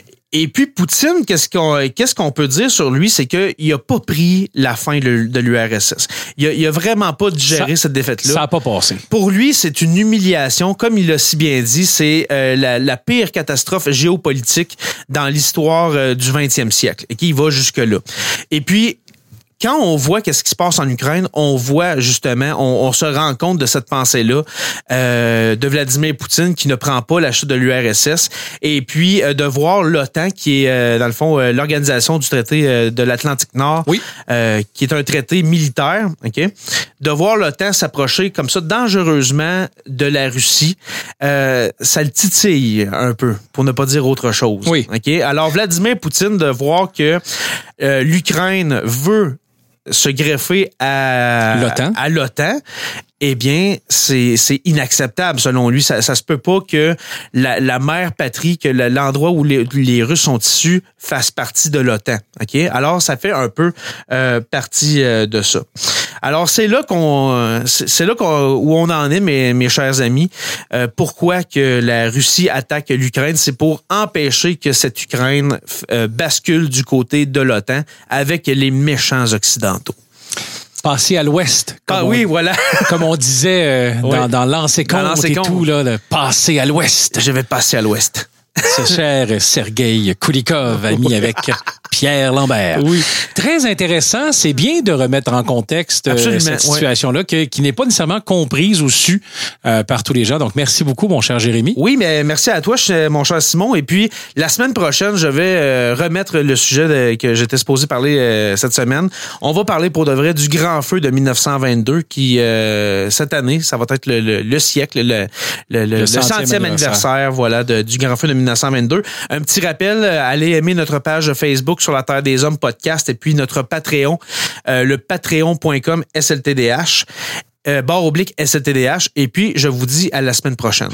Et puis, Poutine, qu'est-ce qu'on, qu'est-ce qu'on peut dire sur lui? C'est qu'il a pas pris la fin de l'U R S S. Il a, il a vraiment pas digéré ça, cette défaite-là. Ça a pas passé. Pour lui, c'est une humiliation. Comme il l'a si bien dit, c'est euh, la, la pire catastrophe géopolitique dans l'histoire euh, du vingtième siècle. Et qui va jusque-là. Et puis, quand on voit qu'est-ce qui se passe en Ukraine, on voit justement, on, on se rend compte de cette pensée-là euh, de Vladimir Poutine qui ne prend pas la chute de l'U R S S, et puis euh, de voir l'OTAN qui est euh, dans le fond euh, l'organisation du traité euh, de l'Atlantique Nord, oui. euh, qui est un traité militaire, ok, de voir l'OTAN s'approcher comme ça dangereusement de la Russie, euh, ça le titille un peu, pour ne pas dire autre chose. Oui. Ok. Alors Vladimir Poutine de voir que euh, l'Ukraine veut se greffer à l'OTAN, à l'OTAN, eh bien, c'est, c'est inacceptable selon lui. Ça, ça se peut pas que la, la mère patrie, que le, l'endroit où les, les Russes sont issus fasse partie de l'OTAN. Ok, alors ça fait un peu euh, partie euh, de ça. Alors c'est là qu'on, c'est, c'est là qu'on, où on en est, mes, mes chers amis. Euh, pourquoi que la Russie attaque l'Ukraine, c'est pour empêcher que cette Ukraine euh, bascule du côté de l'OTAN avec les méchants occidentaux. passer à l'ouest. Ah on, oui, voilà. Comme on disait euh, oui. dans, dans Lancer compte et tout, là, le passer à l'ouest. Je vais passer à l'ouest. Ce cher Sergueï Koulikov, ami avec Pierre Lambert. Oui. Très intéressant. C'est bien de remettre en contexte euh, cette situation-là que, qui n'est pas nécessairement comprise ou su euh, par tous les gens. Donc, merci beaucoup, mon cher Jérémy. Oui, mais merci à toi, mon cher Simon. Et puis, la semaine prochaine, je vais euh, remettre le sujet de, que j'étais supposé parler euh, cette semaine. On va parler pour de vrai du grand feu de dix-neuf cent vingt-deux qui, euh, cette année, ça va être le, le, le siècle, le, le, le, le centième anniversaire, anniversaire voilà, de, du grand feu de dix-neuf cent vingt-deux. Un petit rappel, allez aimer notre page Facebook sur la Terre des Hommes podcast et puis notre Patreon, euh, le patreon point com S L T D H, euh, barre oblique S L T D H. Et puis, je vous dis à la semaine prochaine.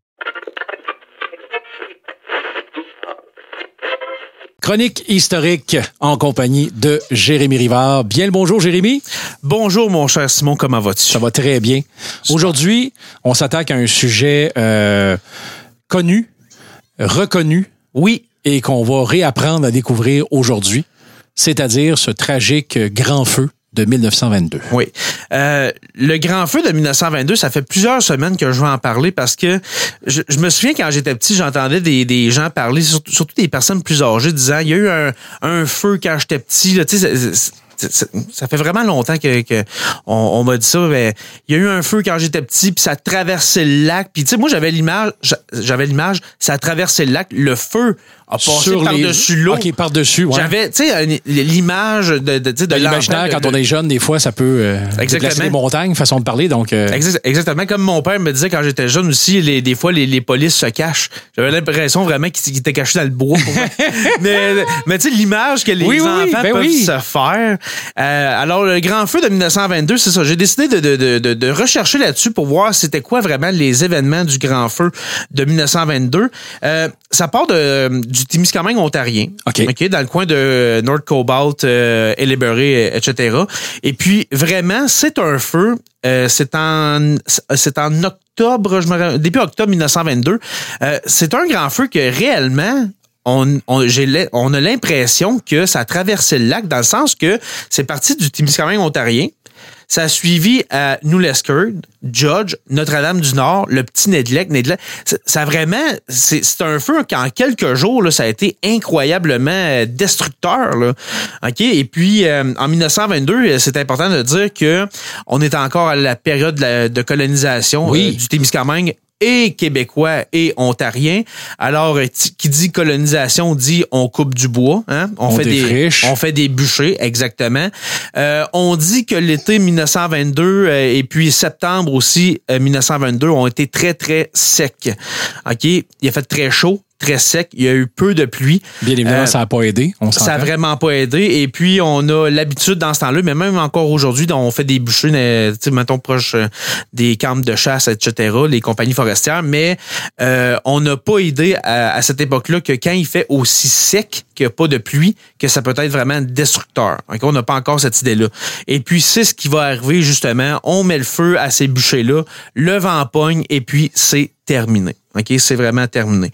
Chronique historique en compagnie de Jérémy Rivard. Bien le bonjour, Jérémy. Bonjour, mon cher Simon. Comment vas-tu? Ça va très bien. Aujourd'hui, on s'attaque à un sujet euh, connu, reconnu. Oui. Et qu'on va réapprendre à découvrir aujourd'hui, c'est-à-dire ce tragique grand feu de dix-neuf cent vingt-deux. Oui. Euh, le grand feu de dix-neuf cent vingt-deux, ça fait plusieurs semaines que je veux en parler parce que je, je me souviens quand j'étais petit, j'entendais des, des gens parler, surtout, surtout des personnes plus âgées, disant il y a eu un, un feu quand j'étais petit. Là, tu sais, c'est, c'est, Ça, ça fait vraiment longtemps que, que on, on m'a dit ça. Mais il y a eu un feu quand j'étais petit, puis ça traversait le lac. Puis tu sais, moi j'avais l'image, j'avais l'image, ça a traversé le lac, le feu a passé par-dessus l'eau. OK, par-dessus, ouais. J'avais, tu sais, l'image de, de, de, de l'imaginaire, quand de, on est jeune, des fois, ça peut euh, déplacer les montagnes, façon de parler. Donc, euh... Exactement. Comme mon père me disait quand j'étais jeune aussi, les, des fois, les, les polices se cachent. J'avais l'impression vraiment qu'ils étaient cachés dans le bois. Pour mais mais tu sais, l'image que les oui, oui, enfants ben peuvent oui. se faire. Euh, alors, le grand feu de dix-neuf cent vingt-deux, c'est ça. J'ai décidé de, de, de, de, de rechercher là-dessus pour voir c'était quoi vraiment les événements du grand feu de dix-neuf cent vingt-deux. Euh, ça part de, du Témiscamingue ontarien. OK. OK, dans le coin de North Cobalt, euh, Elleberry, et cetera. Et puis, vraiment, c'est un feu. Euh, c'est en c'est en octobre, je me début octobre dix-neuf cent vingt-deux. Euh, c'est un grand feu que réellement On, on, j'ai, on a l'impression que ça a traversé le lac dans le sens que c'est parti du Témiscamingue ontarien. Ça a suivi à New Lescard, Judge, Notre-Dame-du-Nord, le petit Nedlec, Nedlec. Ça, ça vraiment, c'est, c'est un feu qu'en quelques jours, là, ça a été incroyablement destructeur. Là. OK? Et puis, euh, en dix-neuf cent vingt-deux, c'est important de dire que on est encore à la période de, la, de colonisation oui. euh, du Témiscamingue et québécois et ontarien. Alors, t- qui dit colonisation dit on coupe du bois, hein? On, on fait défriche. des, on fait des bûchers, exactement. Euh, on dit que l'été dix-neuf cent vingt-deux euh, et puis septembre aussi euh, dix-neuf cent vingt-deux ont été très très secs. Ok, il a fait très chaud. Très sec, il y a eu peu de pluie. Bien évidemment, euh, ça n'a pas aidé. On ça n'a vraiment pas aidé. Et puis, on a l'habitude dans ce temps-là, mais même encore aujourd'hui, on fait des bûchers, tu sais, mettons, proche des camps de chasse, et cetera, les compagnies forestières, mais euh, on n'a pas idée à, à cette époque-là que quand il fait aussi sec, qu'il n'y a pas de pluie, que ça peut être vraiment destructeur. Okay? On n'a pas encore cette idée-là. Et puis, c'est ce qui va arriver, justement. On met le feu à ces bûchers-là, le vent pogne, et puis c'est terminé. OK, c'est vraiment terminé.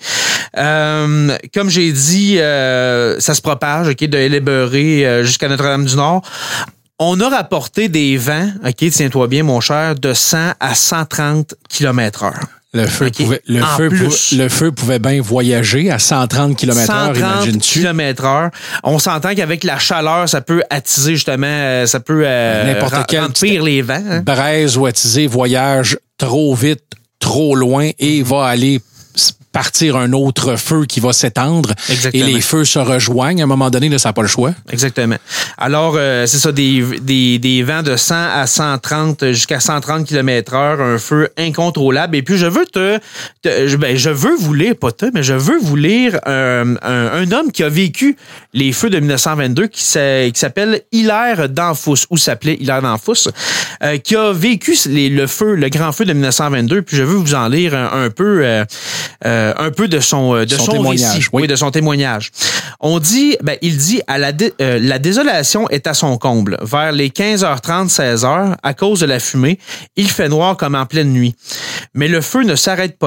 Euh, comme j'ai dit, euh, ça se propage, OK, de Elleberry euh, jusqu'à Notre-Dame-du-Nord. On a rapporté des vents, OK, tiens-toi bien, mon cher, de cent à cent trente kilomètres heure. Le feu, okay. pouvait, le, feu pou, le feu pouvait bien voyager à cent trente kilomètres heure, imagines-tu? kilomètres heure. On s'entend qu'avec la chaleur, ça peut attiser justement, ça peut euh, n'importe rem- quel remplir les vents. Hein? Braise ou attisé voyage trop vite, trop loin et va aller partir un autre feu qui va s'étendre. Exactement. Et les feux se rejoignent. À un moment donné, là, ça n'a pas le choix. Exactement. Alors, euh, c'est ça, des, des, des vents de cent à cent trente jusqu'à cent trente kilomètres heure, un feu incontrôlable. Et puis, je veux te... te je, ben, je veux vous lire, pas te, mais je veux vous lire un, un, un homme qui a vécu les feux de dix-neuf cent vingt-deux qui, qui s'appelle Hilaire d'Anfous, ou s'appelait Hilaire d'Anfous, euh, qui a vécu les, le feu, le grand feu de dix-neuf cent vingt-deux. Puis, je veux vous en lire un, un peu... Euh, euh, un peu de son de son, son témoignage, récit, oui. oui, de son témoignage. On dit, ben il dit à la dé, euh, la désolation est à son comble. Vers les quinze heures trente, seize heures, à cause de la fumée, il fait noir comme en pleine nuit. Mais le feu ne s'arrête pas là.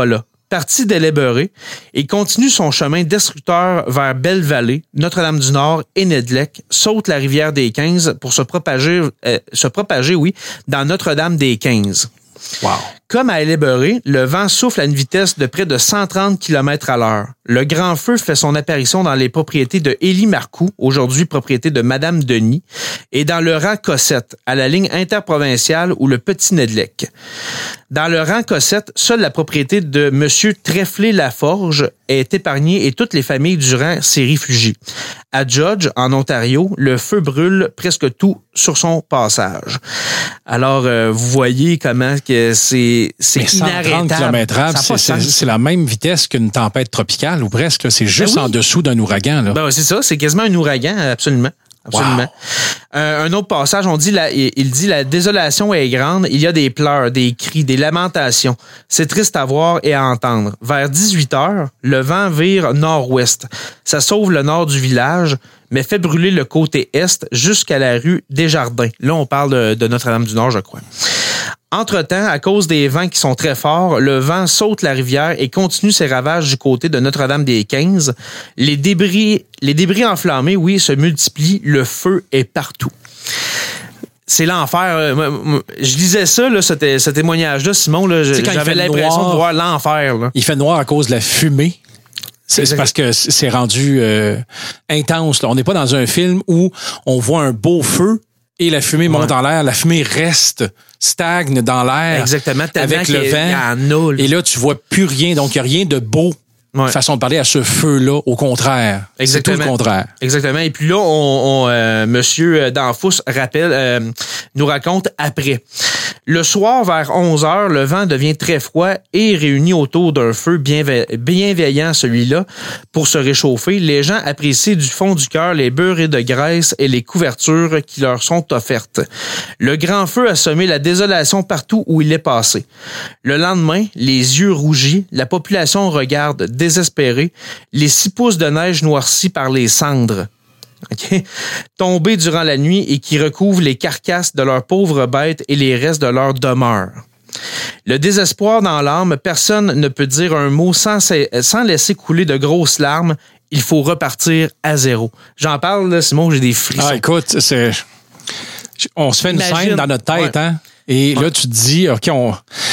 Parti d'Ellesberré, il continue son chemin destructeur vers Belle-Vallée, Notre-Dame-du-Nord et Nedlec, saute la rivière des quinze pour se propager, euh, se propager, oui, dans Notre-Dame-des-Quinze. Wow. Comme à Ellesberré, le vent souffle à une vitesse de près de cent trente kilomètres à l'heure. Le grand feu fait son apparition dans les propriétés de Élie Marcoux, aujourd'hui propriété de Madame Denis, et dans le rang Cossette, à la ligne interprovinciale ou le Petit Nedlec. Dans le rang Cossette, seule la propriété de Monsieur Trèflé-Laforge est épargnée et toutes les familles du rang s'y réfugient. À Judge, en Ontario, le feu brûle presque tout sur son passage. Alors, euh, vous voyez comment que c'est, c'est Mais cent trente kilomètres heure, c'est, c'est, c'est la même vitesse qu'une tempête tropicale, ou presque. Là, c'est juste ben oui. en dessous d'un ouragan. Là. Ben, c'est ça, c'est quasiment un ouragan, absolument. Absolument. Wow. Euh, un autre passage, on dit, la, il dit, la désolation est grande, il y a des pleurs, des cris, des lamentations. C'est triste à voir et à entendre. Vers dix-huit heures, le vent vire nord-ouest. Ça sauve le nord du village, mais fait brûler le côté est jusqu'à la rue Desjardins. Là, on parle de, de Notre-Dame-du-Nord, je crois. Entre-temps, à cause des vents qui sont très forts, le vent saute la rivière et continue ses ravages du côté de Notre-Dame-des-Quinze. Les débris, les débris enflammés, oui, se multiplient. Le feu est partout. C'est l'enfer. Je lisais ça, là, ce, ce témoignage-là, Simon. Là, j'avais l'impression noir, de voir l'enfer. Là. Il fait noir à cause de la fumée. C'est, c'est parce que c'est rendu euh, intense. Là. On n'est pas dans un film où on voit un beau feu et la fumée monte ouais. en l'air. La fumée reste, stagne dans l'air. Exactement. Avec le vent. Et là, tu vois plus rien. Donc, il n'y a rien de beau. Ouais. Façon de parler à ce feu-là, au contraire. Exactement. C'est tout le contraire. Exactement. Et puis là, on, on euh, Monsieur Danfous rappelle, euh, nous raconte après. Le soir, vers onze heures, le vent devient très froid et réuni autour d'un feu bienve- bienveillant, celui-là, pour se réchauffer. Les gens apprécient du fond du cœur les beurrés de graisse et les couvertures qui leur sont offertes. Le grand feu a semé la désolation partout où il est passé. Le lendemain, les yeux rougis, la population regarde désespérée, les six pouces de neige noircis par les cendres. Okay. Tombés durant la nuit et qui recouvrent les carcasses de leurs pauvres bêtes et les restes de leur demeure. Le désespoir dans l'âme, personne ne peut dire un mot sans, sans laisser couler de grosses larmes. Il faut repartir à zéro. J'en parle, là, Simon, j'ai des frissons. Ah, écoute, c'est... on se fait une Imagine. scène dans notre tête, ouais. hein? Et ouais. là, tu te dis, OK, on...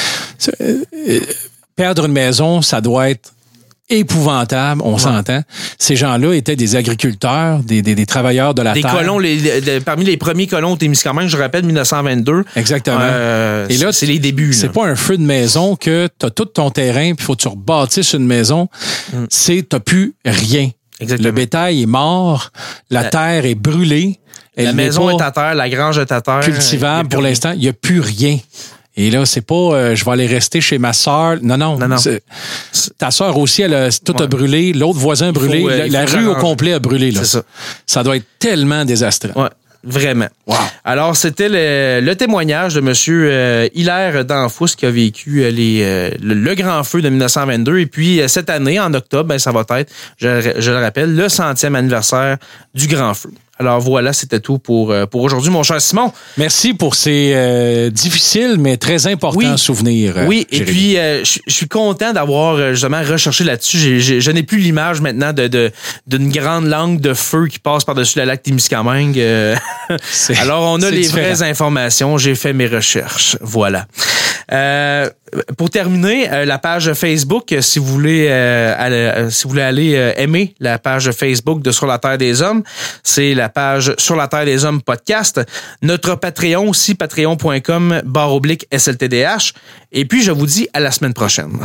perdre une maison, ça doit être épouvantable, on ouais. s'entend. Ces gens-là étaient des agriculteurs, des, des, des travailleurs de la des terre. Des colons, les, les, parmi les premiers colons au Témiscamingue, je rappelle, dix-neuf cent vingt-deux. Exactement. Euh, Et là, c'est les débuts. C'est là. pas un feu de maison que t'as tout ton terrain, puis faut que tu rebâtisses une maison. Mm. C'est, t'as plus rien. Exactement. Le bétail est mort, la, la terre est brûlée. La maison est à terre, la grange est à terre. Cultivable pour l'instant, il n'y a plus rien. Et là, c'est pas euh, je vais aller rester chez ma sœur. Non, non. non, non. C'est, ta sœur aussi, elle a, tout ouais. a brûlé. L'autre voisin a brûlé. Faut, euh, la la rue au complet a brûlé. Là. C'est ça. Ça doit être tellement désastreux. Ouais. Vraiment. Wow. Alors, c'était le, le témoignage de M. Euh, Hilaire Danfous qui a vécu euh, les, euh, le, le grand feu de dix-neuf cent vingt-deux. Et puis, euh, cette année, en octobre, ben, ça va être, je, je le rappelle, le centième anniversaire du grand feu. Alors voilà, c'était tout pour, pour aujourd'hui, mon cher Simon. Merci pour ces euh, difficiles, mais très importants oui. souvenirs. Euh, oui, Jérémy. Et puis euh, je suis content d'avoir justement recherché là-dessus. J'ai, j'ai, je n'ai plus l'image maintenant de, de, d'une grande langue de feu qui passe par-dessus la lac Témiscamingue. Euh, Alors, on a les différent. vraies informations. J'ai fait mes recherches. Voilà. Euh, pour terminer, euh, la page Facebook, si vous voulez, euh, aller, si vous voulez aller euh, aimer la page Facebook de Sur la Terre des Hommes, c'est la page Sur la Terre des Hommes podcast. Notre Patreon aussi, patreon.com barre oblique SLTDH. Et puis, je vous dis à la semaine prochaine.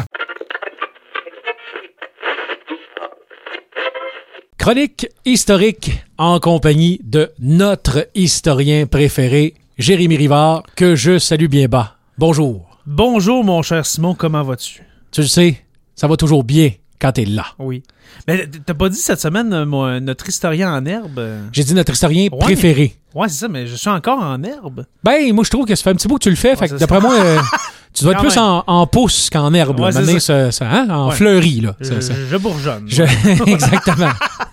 Chronique historique en compagnie de notre historien préféré, Jérémy Rivard, que je salue bien bas. Bonjour. Bonjour, mon cher Simon, comment vas-tu? Tu le sais, ça va toujours bien quand t'es là. Oui. Mais t'as pas dit cette semaine moi, notre historien en herbe? J'ai dit notre historien ouais. préféré. Ouais, c'est ça, mais je suis encore en herbe. Ben, moi, je trouve que ça fait un petit bout que tu le fais. Ouais, fait que d'après ça. moi, euh, tu dois être plus en, en pousse qu'en herbe. Ouais, là, c'est ça. Ça, ça, hein, en ouais. fleurie, là. Je, ça, ça. je bourgeonne. Je... Exactement.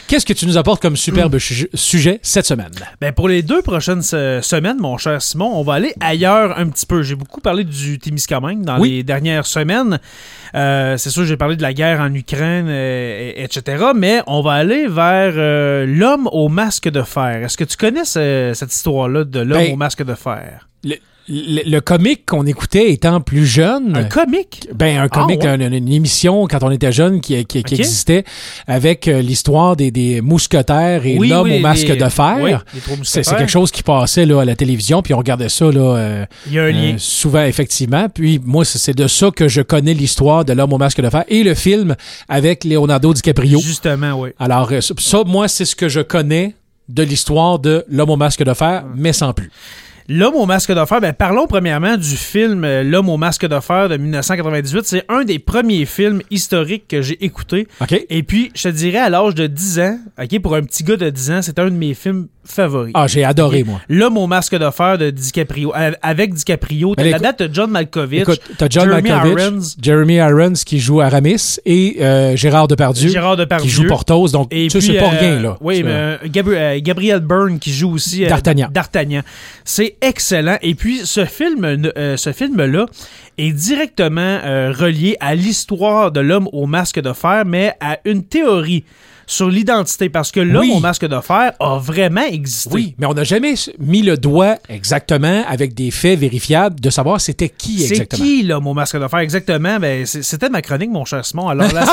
Qu'est-ce que tu nous apportes comme superbe mmh. sujet cette semaine? Ben pour les deux prochaines se- semaines, mon cher Simon, on va aller ailleurs un petit peu. J'ai beaucoup parlé du Témiscamingue dans oui. les dernières semaines. Euh, c'est sûr, j'ai parlé de la guerre en Ukraine, euh, et cetera. Mais on va aller vers euh, l'homme au masque de fer. Est-ce que tu connais ce, cette histoire-là de l'homme ben, au masque de fer? Le... Le, le comique qu'on écoutait étant plus jeune... Un comique? Ben, un comique, oh, ouais. une, une émission, quand on était jeune, qui, qui, qui okay. existait, avec euh, l'histoire des, des mousquetaires et oui, l'homme oui, au masque les, de fer. Oui, c'est, c'est quelque chose qui passait là, à la télévision, puis on regardait ça là, euh, Il y a un lien. Euh, souvent, effectivement. Puis moi, c'est de ça que je connais l'histoire de l'homme au masque de fer et le film avec Leonardo DiCaprio. Justement, oui. Alors, ça, moi, c'est ce que je connais de l'histoire de l'homme au masque de fer, hum. mais sans plus. L'homme au masque de fer, ben parlons premièrement du film euh, L'homme au masque de fer de dix-neuf cent quatre-vingt-dix-huit. C'est un des premiers films historiques que j'ai écouté. Okay. Et puis, je te dirais, à l'âge de dix ans, okay, pour un petit gars de dix ans, c'est un de mes films favoris. Ah, j'ai adoré, okay. moi. L'homme au masque de fer de DiCaprio. Avec DiCaprio, t'as la date de John Malkovich, écoute, t'as John Jeremy Malkovich, Irons, Jeremy Irons qui joue Aramis et euh, Gérard Depardieu, Gérard Depardieu qui joue Porthos. Donc, et ça, puis, c'est pas euh, rien, là. Oui, mais euh, Gabri- euh, Gabriel Byrne qui joue aussi euh, D'Artagnan. D'Artagnan. C'est excellent. Et puis, ce film, euh, ce film-là est directement euh, relié à l'histoire de l'homme au masque de fer, mais à une théorie sur l'identité, parce que l'homme oui. au masque de fer a vraiment existé. Oui, mais on n'a jamais mis le doigt exactement avec des faits vérifiables de savoir c'était qui exactement. C'est qui l'homme au masque de fer exactement? Ben, c'était ma chronique, mon cher Simon. Alors là,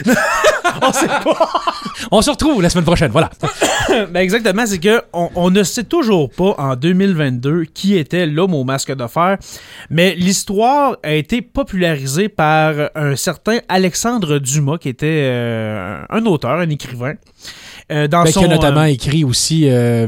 on sait pas. On se retrouve la semaine prochaine, voilà. Ben exactement, c'est que on, on ne sait toujours pas en deux mille vingt-deux qui était l'homme au masque de fer, mais l'histoire a été popularisée par un certain Alexandre Dumas, qui était euh, un auteur, un écrivain. Euh, dans ben, son, qui a notamment euh, écrit aussi... Euh,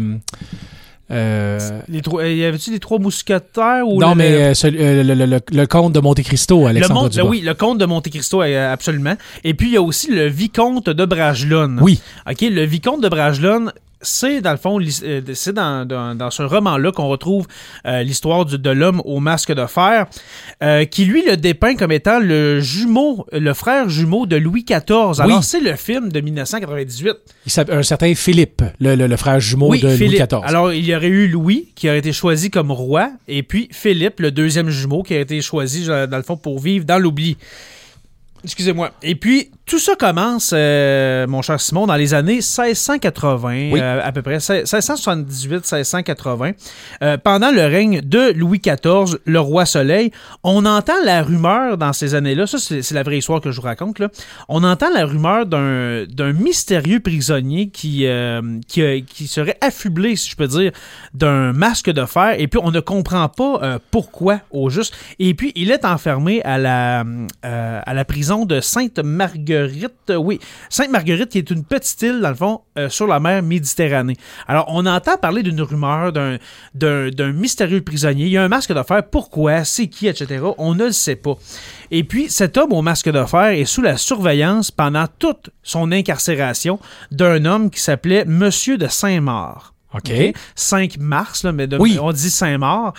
euh... Les trois, y avait-tu les trois mousquetaires ou non, le, mais euh, ce, euh, le, le, le, le comte de Monte Cristo, Alexandre le, Dumas. Oui, le comte de Monte Cristo, absolument. Et puis, il y a aussi le vicomte de Bragelonne. Oui. OK, le vicomte de Bragelonne, c'est dans le fond, c'est dans, dans, dans ce roman-là qu'on retrouve euh, l'histoire du, de l'homme au masque de fer, euh, qui lui le dépeint comme étant le jumeau, le frère jumeau de Louis quatorze. Alors, oui. c'est le film de dix-neuf cent quatre-vingt-dix-huit. Il s'appelle un certain Philippe, le, le, le frère jumeau oui, de Philippe. Louis quatorze. Alors, il y aurait eu Louis, qui aurait été choisi comme roi, et puis Philippe, le deuxième jumeau, qui a été choisi, dans le fond, pour vivre dans l'oubli. Excusez-moi. Et puis, tout ça commence, euh, mon cher Simon, dans les années seize cent quatre-vingts, oui. euh, à peu près, seize cent soixante-dix-huit seize cent quatre-vingts. Euh, pendant le règne de Louis quatorze, le roi Soleil, on entend la rumeur dans ces années-là, ça c'est, c'est la vraie histoire que je vous raconte, là. On entend la rumeur d'un, d'un mystérieux prisonnier qui, euh, qui, euh, qui serait affublé, si je peux dire, d'un masque de fer, et puis on ne comprend pas euh, pourquoi au juste. Et puis, il est enfermé à la, euh, à la prison de Sainte-Marguerite, oui, Sainte-Marguerite qui est une petite île, dans le fond, euh, sur la mer Méditerranée. Alors, on entend parler d'une rumeur, d'un, d'un, d'un mystérieux prisonnier. Il y a un masque de fer, pourquoi, c'est qui, et cetera. On ne le sait pas. Et puis, cet homme au masque de fer est sous la surveillance pendant toute son incarcération d'un homme qui s'appelait Monsieur de Saint-Maur. OK. Okay. cinq mars, là, mais de, oui. on dit Saint-Maur,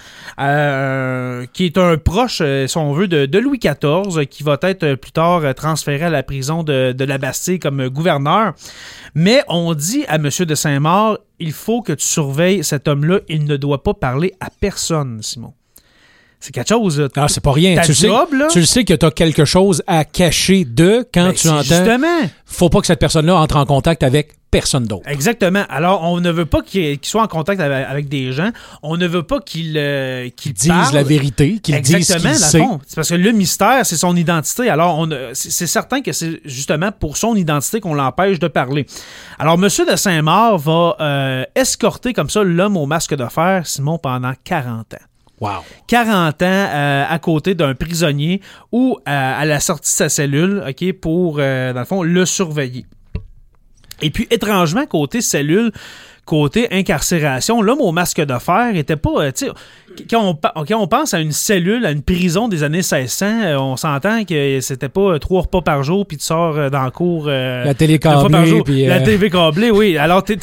euh, qui est un proche, si on veut, de, de Louis quatorze, qui va être plus tard transféré à la prison de, de la Bastille comme gouverneur. Mais on dit à M. de Saint-Maur, il faut que tu surveilles cet homme-là, il ne doit pas parler à personne, Simon. C'est quelque chose. Là. Ah, c'est pas rien. Tu, job, sais, tu le sais que tu as quelque chose à cacher de quand ben, tu entends. Justement. Faut pas que cette personne-là entre en contact avec personne d'autre. Exactement. Alors, on ne veut pas qu'il, qu'il soit en contact avec, avec des gens. On ne veut pas qu'il, euh, qu'il disent parle. la vérité, qu'il dise ce qu'il sait. Fond. C'est parce que le mystère, c'est son identité. Alors, on, c'est, c'est certain que c'est justement pour son identité qu'on l'empêche de parler. Alors, M. de Saint-Maur va euh, escorter comme ça l'homme au masque de fer, Simon, pendant quarante ans. Wow. quarante ans euh, à côté d'un prisonnier ou euh, à la sortie de sa cellule, OK, pour, euh, dans le fond, le surveiller. Et puis, étrangement, côté cellule, côté incarcération, l'homme au masque de fer était pas... Euh, tu sais, quand on, quand on pense à une cellule, à une prison des années seize cents, euh, on s'entend que c'était pas trois repas par jour, puis tu sors euh, dans la cour... Euh, la télé câblée, puis... Euh... La T V câblée, oui. Alors, t'es...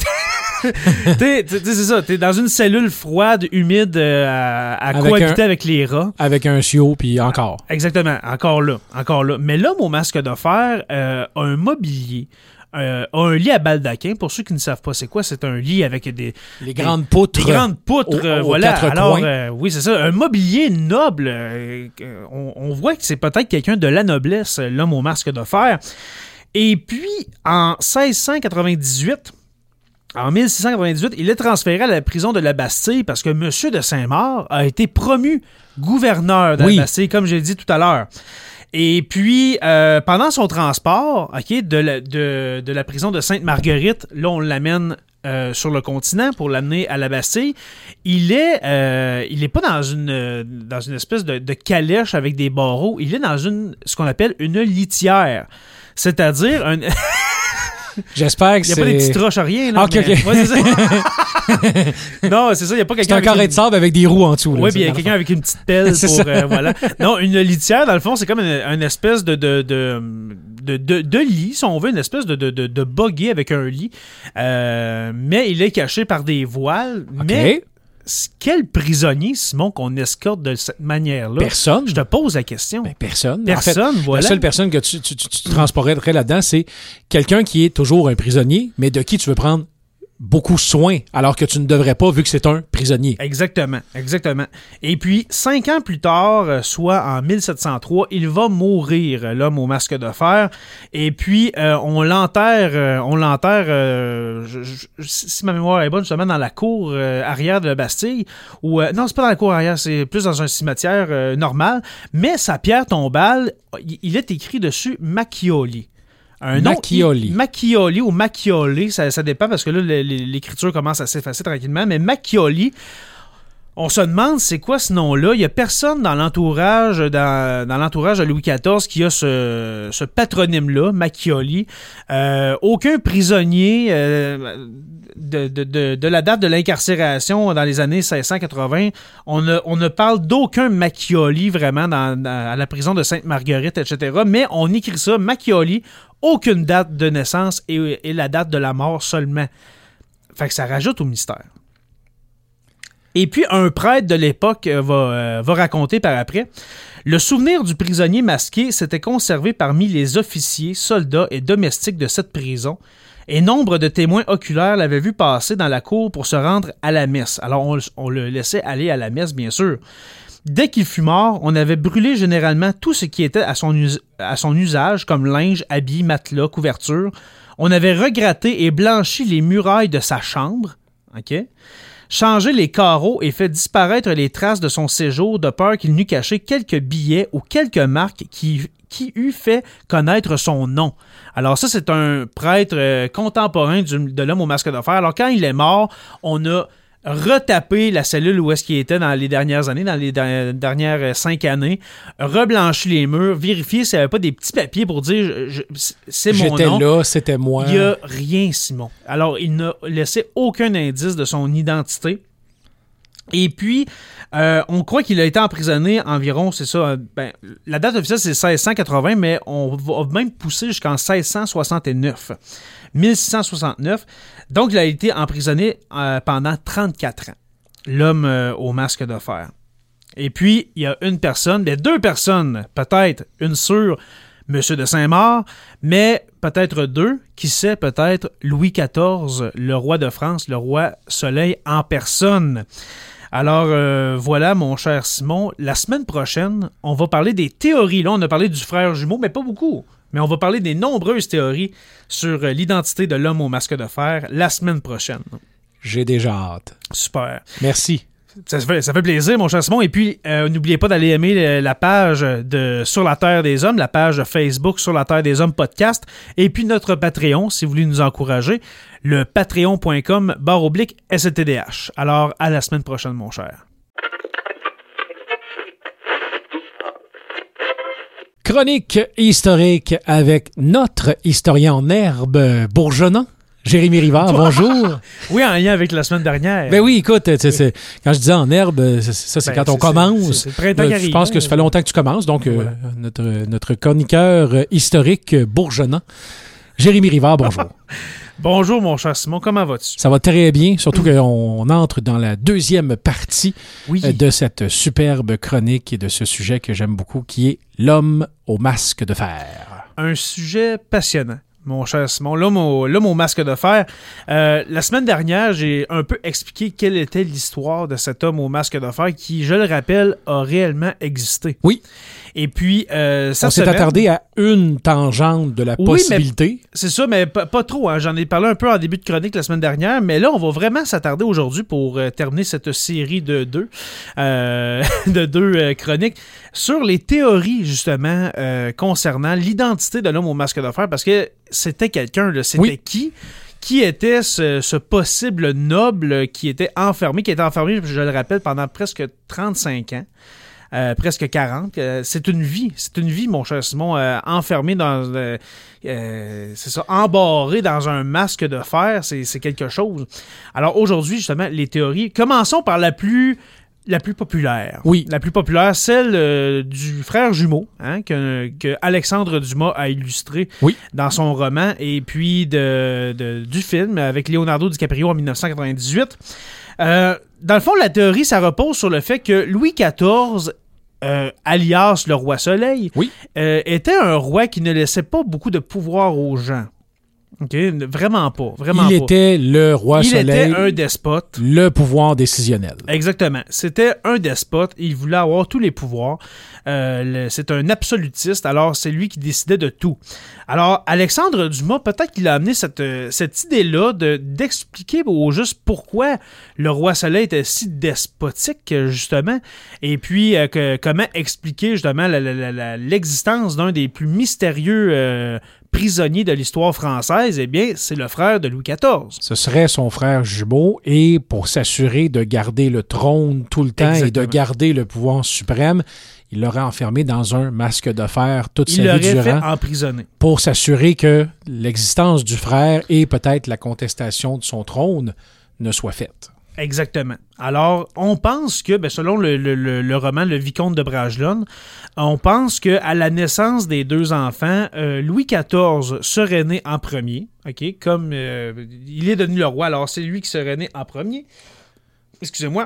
t'es, t'es, c'est ça, t'es dans une cellule froide, humide, euh, à, à avec cohabiter un, avec les rats. Avec un chiot, puis encore. Exactement, encore là, encore là. Mais l'homme au masque de fer euh, a un mobilier, euh, a un lit à baldaquin. Pour ceux qui ne savent pas c'est quoi, c'est un lit avec des... Les grandes poutres. Des grandes poutres, au, euh, aux voilà. quatre Alors, coins. euh, oui, c'est ça. Un mobilier noble. Euh, on, on voit que c'est peut-être quelqu'un de la noblesse, l'homme au masque de fer. Et puis, en seize cent quatre-vingt-dix-huit... En mille six cent quatre-vingt-dix-huit, il est transféré à la prison de la Bastille parce que M. de Saint-Maur a été promu gouverneur de oui. la Bastille, comme j'ai dit tout à l'heure. Et puis, euh, pendant son transport, ok, de, la, de, de la prison de Sainte-Marguerite, là, on l'amène euh, sur le continent pour l'amener à la Bastille. Il est, euh, il est pas dans une, dans une espèce de, de calèche avec des barreaux. Il est dans une, ce qu'on appelle une litière. C'est-à-dire un... J'espère que c'est... Il n'y a pas des petites roches à rien. Là, OK, mais... OK. Ouais, c'est ça. Non, c'est ça. Il n'y a pas quelqu'un. C'est un carré une... de sable avec des roues en dessous. Oui, puis il y a quelqu'un avec une petite pelle pour. Euh, voilà. Non, une litière, dans le fond, c'est comme une, une espèce de de, de, de, de, de lit, si on veut, une espèce de, de, de, de buggy avec un lit. Euh, mais il est caché par des voiles. Okay. Mais. Quel prisonnier, Simon, qu'on escorte de cette manière-là? Personne. Je te pose la question. Ben, personne. Personne, en fait, voilà. La seule personne que tu, tu, tu, tu transporterais là-dedans, c'est quelqu'un qui est toujours un prisonnier, mais de qui tu veux prendre beaucoup soin, alors que tu ne devrais pas, vu que c'est un prisonnier. Exactement, exactement. Et puis, cinq ans plus tard, soit en mille sept cent trois, il va mourir, l'homme au masque de fer. Et puis, euh, on l'enterre, euh, on l'enterre, euh, je, je, si ma mémoire est bonne, justement, dans la cour euh, arrière de la Bastille. Ou euh, non, c'est pas dans la cour arrière, c'est plus dans un cimetière euh, normal. Mais sa pierre tombale, il est écrit dessus Macchioli. Un Macchioli. Nom, Macchioli ou Macchioli, ça, ça dépend parce que là, l'écriture commence à s'effacer tranquillement, mais Macchioli, on se demande c'est quoi ce nom-là. Il n'y a personne dans l'entourage dans, dans l'entourage de Louis quatorze qui a ce, ce patronyme-là, Macchioli. Euh, aucun prisonnier euh, de, de, de, de la date de l'incarcération dans les années seize cent quatre-vingts, on ne, on ne parle d'aucun Macchioli vraiment dans, dans, à la prison de Sainte-Marguerite, et cetera. Mais on écrit ça, Macchioli, aucune date de naissance et, et la date de la mort seulement. Fait que ça rajoute au mystère. Et puis, un prêtre de l'époque va, euh, va raconter par après. Le souvenir du prisonnier masqué s'était conservé parmi les officiers, soldats et domestiques de cette prison, et nombre de témoins oculaires l'avaient vu passer dans la cour pour se rendre à la messe. Alors, on, on le laissait aller à la messe, bien sûr. Dès qu'il fut mort, on avait brûlé généralement tout ce qui était à son, us- à son usage, comme linge, habits, matelas, couverture. On avait regratté et blanchi les murailles de sa chambre, OK? Changé les carreaux et fait disparaître les traces de son séjour de peur qu'il n'eût caché quelques billets ou quelques marques qui, qui eût fait connaître son nom. Alors ça, c'est un prêtre euh, contemporain du, de l'homme au masque de fer. Alors quand il est mort, on a retapé la cellule où est-ce qu'il était dans les dernières années, dans les dernières cinq années, reblanchi les murs, vérifié s'il n'y avait pas des petits papiers pour dire je, je, c'est mon J'étais nom. J'étais là, c'était moi. Il n'y a rien, Simon. Alors, il n'a laissé aucun indice de son identité. Et puis, euh, on croit qu'il a été emprisonné environ, c'est ça, ben, la date officielle c'est seize cent quatre-vingts, mais on va même pousser jusqu'en seize cent soixante-neuf. mille six cent soixante-neuf. Donc, il a été emprisonné euh, pendant trente-quatre ans. L'homme euh, au masque de fer. Et puis, il y a une personne, bien deux personnes, peut-être une sur M. de Saint-Maur, mais peut-être deux, qui sait, peut-être Louis quatorze, le roi de France, le roi Soleil en personne. Alors, euh, voilà, mon cher Simon, la semaine prochaine, on va parler des théories. Là, on a parlé du frère jumeau, mais pas beaucoup. Mais on va parler des nombreuses théories sur l'identité de l'homme au masque de fer la semaine prochaine. J'ai déjà hâte. Super. Merci. Ça fait, ça fait plaisir, mon cher Simon. Et puis, euh, n'oubliez pas d'aller aimer la page de Sur la Terre des Hommes, la page Facebook Sur la Terre des Hommes podcast, et puis notre Patreon, si vous voulez nous encourager, le patreon.com barre oblique STDH. Alors, à la semaine prochaine, mon cher. Chronique historique avec notre historien en herbe bourgeonnant, Jérémy Rivard, bonjour. Oui, en lien avec la semaine dernière. Ben oui, écoute, c'est, c'est, quand je disais en herbe, c'est, ça c'est ben, quand on c'est, commence. C'est, c'est le printemps qui arrive. Je pense que ça fait longtemps que tu commences, donc voilà. euh, notre, notre chroniqueur historique bourgeonnant, Jérémy Rivard, bonjour. Bonjour, mon cher Simon, comment vas-tu? Ça va très bien, surtout qu'on on entre dans la deuxième partie oui. de cette superbe chronique et de ce sujet que j'aime beaucoup, qui est l'homme au masque de fer. Un sujet passionnant. mon cher Simon, là, mon, là, mon masque de fer. Euh, la semaine dernière, j'ai un peu expliqué quelle était l'histoire de cet homme au masque de fer qui, je le rappelle, a réellement existé. Oui. Et puis, euh, ça on s'est attardé à une tangente de la oui, possibilité. C'est ça, mais pas, pas trop. Hein. J'en ai parlé un peu en début de chronique la semaine dernière, mais là, on va vraiment s'attarder aujourd'hui pour euh, terminer cette série de deux, euh, de deux euh, chroniques sur les théories, justement, euh, concernant l'identité de l'homme au masque de fer, parce que c'était quelqu'un, là. C'était oui. qui? Qui était ce, ce possible noble qui était enfermé, qui était enfermé, je le rappelle, pendant presque trente-cinq ans. Euh, presque quarante. Euh, c'est une vie. C'est une vie, mon cher Simon, euh, enfermé dans... Euh, euh, c'est ça, embarré dans un masque de fer, c'est, c'est quelque chose. Alors aujourd'hui, justement, les théories... Commençons par la plus... La plus populaire. Oui. La plus populaire, celle euh, du frère jumeau, hein, que, que Alexandre Dumas a illustré oui. dans son roman, et puis de, de, du film avec Leonardo DiCaprio en dix-neuf cent quatre-vingt-dix-huit. Euh, dans le fond, la théorie, ça repose sur le fait que Louis quatorze, euh, alias le roi Soleil, oui. euh, était un roi qui ne laissait pas beaucoup de pouvoir aux gens. Okay? Vraiment pas. Vraiment il pas. était le roi il Soleil. Il était un despote. Le pouvoir décisionnel. Exactement. C'était un despote. Il voulait avoir tous les pouvoirs. Euh, le, c'est un absolutiste. Alors, c'est lui qui décidait de tout. Alors, Alexandre Dumas, peut-être qu'il a amené cette, cette idée-là de, d'expliquer au juste pourquoi le roi Soleil était si despotique, justement. Et puis, euh, que, comment expliquer, justement, la, la, la, l'existence d'un des plus mystérieux euh, prisonnier de l'histoire française, eh bien, c'est le frère de Louis quatorze. Ce serait son frère jumeau, et pour s'assurer de garder le trône tout le temps Exactement. Et de garder le pouvoir suprême, il l'aurait enfermé dans un masque de fer toute il sa vie durant. Il l'aurait fait emprisonner. Pour s'assurer que l'existence du frère et peut-être la contestation de son trône ne soit faite. Exactement. Alors, on pense que, ben, selon le, le, le, le roman Le Vicomte de Bragelonne, on pense qu'à la naissance des deux enfants, euh, Louis quatorze serait né en premier, ok, comme euh, il est devenu le roi, alors c'est lui qui serait né en premier. Excusez-moi.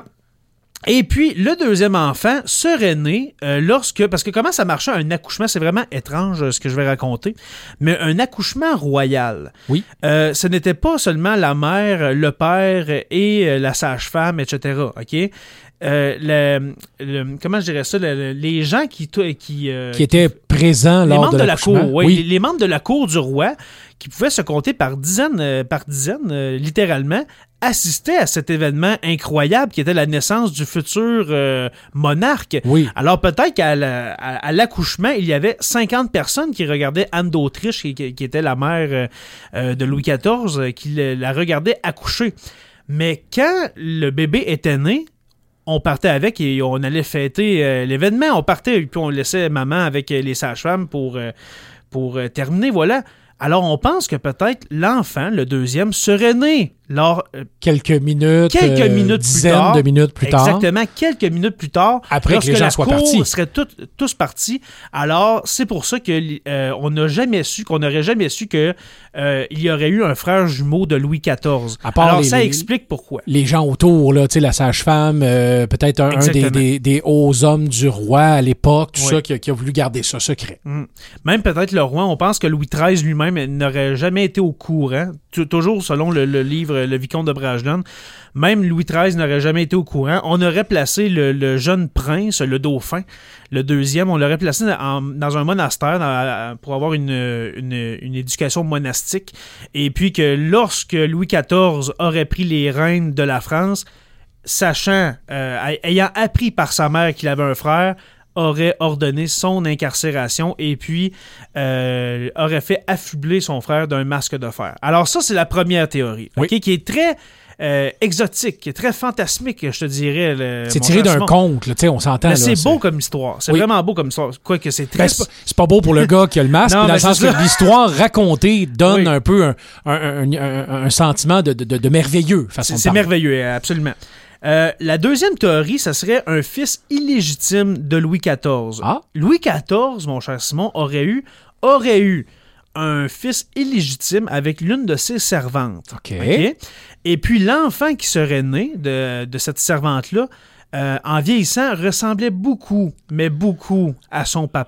Et puis, le deuxième enfant serait né euh, lorsque... Parce que comment ça marchait un accouchement? C'est vraiment étrange euh, ce que je vais raconter. Mais un accouchement royal. Oui. Euh, ce n'était pas seulement la mère, le père et euh, la sage-femme, et cetera. OK? Euh, le, le, comment je dirais ça? Le, le, les gens qui... Qui, euh, qui étaient présents lors membres de, de la cour, oui. oui. Les, les membres de la cour du roi, qui pouvaient se compter par dizaines, euh, par dizaines, euh, littéralement, assister à cet événement incroyable qui était la naissance du futur euh, monarque. Oui. Alors peut-être qu'à la, à, à l'accouchement, il y avait cinquante personnes qui regardaient Anne d'Autriche, qui, qui était la mère euh, de Louis quatorze, qui le, la regardait accoucher. Mais quand le bébé était né, on partait avec et on allait fêter euh, l'événement. On partait et puis on laissait maman avec les sages-femmes pour, euh, pour euh, terminer. Voilà. Alors, on pense que peut-être l'enfant, le deuxième, serait né lors... Euh, quelques minutes, quelques euh, minutes dizaines plus tard, de minutes plus tard. Exactement, quelques minutes plus tard. Après que les gens soient partis. Lorsque la cour serait tout, tous partis. Alors, c'est pour ça qu'on euh, n'a jamais su, qu'on n'aurait jamais su qu'il euh, y aurait eu un frère jumeau de Louis quatorze. À part Alors, les, ça les, explique pourquoi. Les gens autour, là, tu sais, la sage-femme, euh, peut-être un, un des, des, des hauts hommes du roi à l'époque, tout oui. ça, qui a, qui a voulu garder ça secret. Mmh. Même peut-être le roi, on pense que Louis treize lui-même n'aurait jamais été au courant, t- toujours selon le, le livre Le Vicomte de Bragelonne, même Louis treize n'aurait jamais été au courant. On aurait placé le, le jeune prince, le dauphin, le deuxième, on l'aurait placé en, dans un monastère dans, pour avoir une, une, une éducation monastique, et puis que lorsque Louis quatorze aurait pris les rênes de la France, sachant, euh, ayant appris par sa mère qu'il avait un frère, aurait ordonné son incarcération et puis euh, aurait fait affubler son frère d'un masque de fer. Alors ça, c'est la première théorie, oui. okay, qui est très euh, exotique, qui est très fantasmique, je te dirais. Le, c'est tiré d'un conte, là, on s'entend. Mais là, c'est, c'est beau comme histoire. C'est oui. vraiment beau comme histoire. Quoique c'est très... Ben, c'est, pas, c'est pas beau pour le gars qui a le masque, non, dans le sens ça. que l'histoire racontée donne oui. un peu un, un, un, un, un sentiment de, de, de merveilleux. Façon c'est de c'est merveilleux, absolument. Euh, la deuxième théorie, ça serait un fils illégitime de Louis quatorze. Ah. Louis quatorze, mon cher Simon, aurait eu, aurait eu un fils illégitime avec l'une de ses servantes. OK. okay? Et puis l'enfant qui serait né de, de cette servante-là, euh, en vieillissant, ressemblait beaucoup, mais beaucoup à son papa.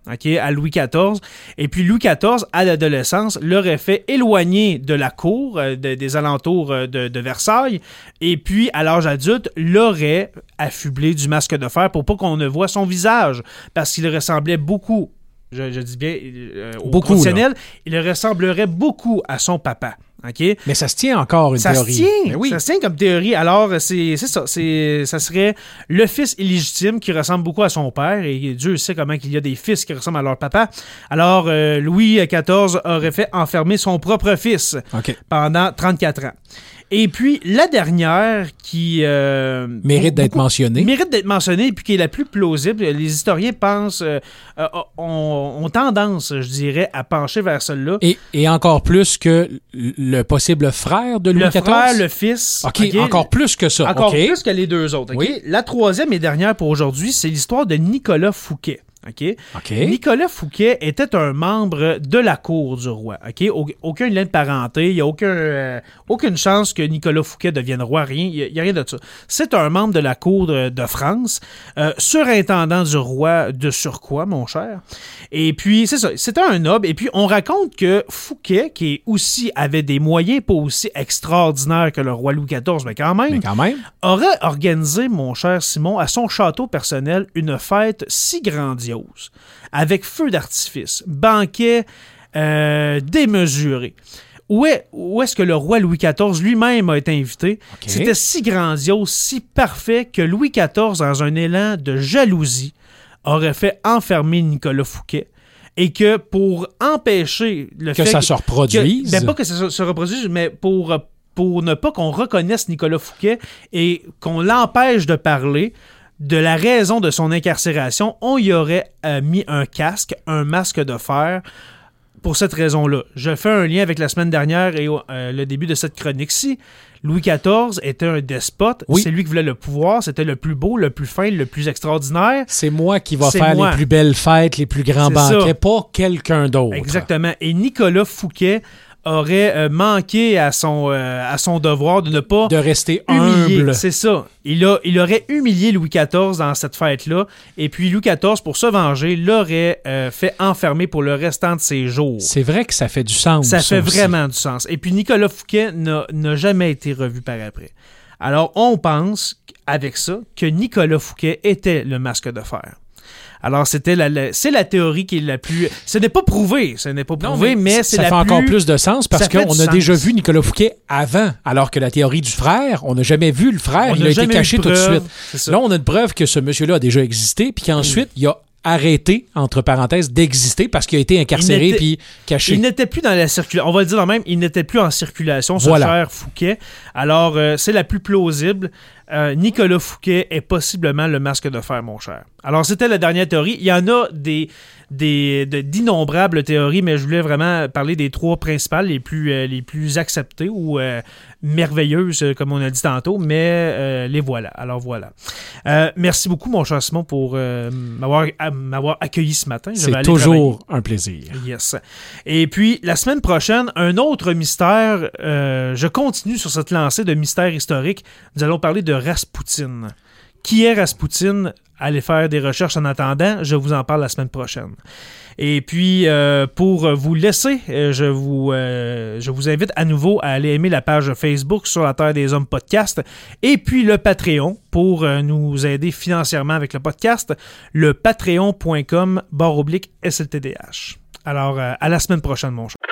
OK, à Louis quatorze. Et puis Louis quatorze, à l'adolescence, l'aurait fait éloigner de la cour, euh, de, des alentours euh, de, de Versailles. Et puis, à l'âge adulte, l'aurait affublé du masque de fer pour pas qu'on ne voit son visage. Parce qu'il ressemblait beaucoup, je, je dis bien, euh, au beaucoup, conditionnel, il ressemblerait beaucoup à son papa. Okay? Mais ça se tient encore, une ça théorie. Se tient, Mais oui. Ça se tient comme théorie. Alors, c'est, c'est ça. C'est, ça serait le fils illégitime qui ressemble beaucoup à son père. Et Dieu sait comment il y a des fils qui ressemblent à leur papa. Alors, euh, Louis quatorze aurait fait enfermer son propre fils okay. pendant trente-quatre ans. Et puis, la dernière qui... Euh, mérite d'être mentionnée. Mérite d'être mentionnée, et puis qui est la plus plausible. Les historiens pensent... Euh, euh, ont, ont tendance, je dirais, à pencher vers celle-là. Et, et encore plus que le possible frère de Louis quatorze? Le frère, le fils. OK, okay. Encore plus que ça. Encore okay. plus que les deux autres. Okay? Oui. La troisième et dernière pour aujourd'hui, c'est l'histoire de Nicolas Fouquet. Okay? Okay. Nicolas Fouquet était un membre de la cour du roi. Okay? Aucun lien de parenté, il n'y a aucun, euh, aucune chance que Nicolas Fouquet devienne roi, rien, il n'y a, a rien de ça. C'est un membre de la cour de, de France, euh, surintendant du roi de surcroît, mon cher. Et puis, c'est ça, c'était un noble. Et puis, on raconte que Fouquet, qui aussi avait des moyens pas aussi extraordinaires que le roi Louis quatorze, mais quand même, mais quand même, aurait organisé, mon cher Simon, à son château personnel, une fête si grandiose, avec feu d'artifice, banquet euh, démesuré. Où, est, où est-ce que le roi Louis quatorze lui-même a été invité? Okay. C'était si grandiose, si parfait que Louis quatorze, dans un élan de jalousie, aurait fait enfermer Nicolas Fouquet. Et que pour empêcher le que fait... ça que ça se reproduise? Que, ben pas que ça se reproduise, mais pour, pour ne pas qu'on reconnaisse Nicolas Fouquet et qu'on l'empêche de parler... de la raison de son incarcération, on y aurait euh, mis un casque, un masque de fer pour cette raison-là. Je fais un lien avec la semaine dernière et euh, le début de cette chronique-ci. Louis quatorze était un despote. Oui. C'est lui qui voulait le pouvoir. C'était le plus beau, le plus fin, le plus extraordinaire. C'est moi qui va C'est faire moi. les plus belles fêtes, les plus grands C'est banquets, ça. Pas quelqu'un d'autre. Exactement. Et Nicolas Fouquet aurait euh, manqué à son, euh, à son devoir de ne pas... de rester humilier. humble. C'est ça. Il, a, il aurait humilié Louis quatorze dans cette fête-là. Et puis Louis quatorze, pour se venger, l'aurait euh, fait enfermer pour le restant de ses jours. C'est vrai que ça fait du sens. Ça, ça fait aussi. vraiment du sens. Et puis Nicolas Fouquet n'a, n'a jamais été revu par après. Alors, on pense, avec ça, que Nicolas Fouquet était le masque de fer. Alors, c'était la, la, c'est la théorie qui est la plus... Ce n'est pas prouvé, ce n'est pas prouvé, non, mais, mais c'est ça la fait plus... encore plus de sens parce qu'on a sens. déjà vu Nicolas Fouquet avant, alors que la théorie du frère, on n'a jamais vu le frère, on il a été caché tout de suite. Là, on a une preuve que ce monsieur-là a déjà existé, puis qu'ensuite, mmh. il a arrêté, entre parenthèses, d'exister parce qu'il a été incarcéré puis caché. Il n'était plus dans la circulation. On va le dire de même, il n'était plus en circulation, ce voilà. cher Fouquet. Alors, euh, c'est la plus plausible. Euh, Nicolas Fouquet est possiblement le masque de fer, mon cher. Alors, c'était la dernière théorie. Il y en a des, des, de, d'innombrables théories, mais je voulais vraiment parler des trois principales, les plus, euh, les plus acceptées ou euh, merveilleuses, comme on a dit tantôt, mais euh, les voilà. Alors, voilà. Euh, merci beaucoup, mon cher Simon, pour euh, m'avoir, à, m'avoir accueilli ce matin. Je C'est toujours travailler. Un plaisir. Yes. Et puis, la semaine prochaine, un autre mystère. Euh, je continue sur cette lancée de mystères historiques. Nous allons parler de Raspoutine. Qui est Raspoutine? Allez faire des recherches en attendant. Je vous en parle la semaine prochaine. Et puis, euh, pour vous laisser, euh, je, vous, euh, je vous invite à nouveau à aller aimer la page Facebook sur la Terre des Hommes podcast et puis le Patreon pour euh, nous aider financièrement avec le podcast, le patreon.com barre oblique SLTDH. Alors, euh, à la semaine prochaine, mon cher.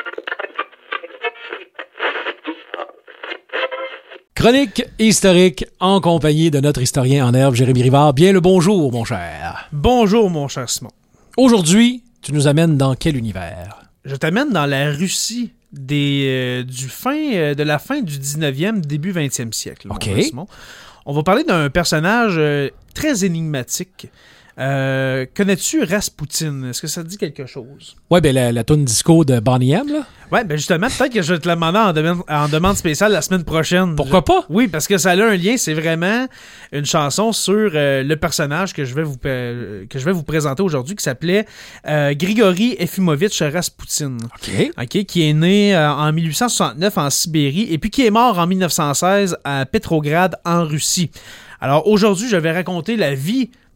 Chronique historique en compagnie de notre historien en herbe, Jérémy Rivard. Bien le bonjour, mon cher. Bonjour, mon cher Simon. Aujourd'hui, tu nous amènes dans quel univers? Je t'amène dans la Russie des, euh, du fin, euh, de la fin du dix-neuvième, début vingtième siècle. OK. Mon cher Simon. On va parler d'un personnage euh, très énigmatique. Euh, connais-tu Raspoutine? Est-ce que ça te dit quelque chose? Ouais, ben la, la toune disco de Bonnie M, là. Ouais, ben justement, peut-être que je vais te la demander en demande, en demande spéciale la semaine prochaine. Pourquoi pas? Oui, parce que ça a un lien. C'est vraiment une chanson sur euh, le personnage que je vais vous euh, que je vais vous présenter aujourd'hui, qui s'appelait euh, Grigori Efimovitch Raspoutine. OK. OK, qui est né euh, en dix-huit cent soixante-neuf en Sibérie et puis qui est mort en dix-neuf cent seize à Petrograd, en Russie. Alors aujourd'hui, je vais raconter la vie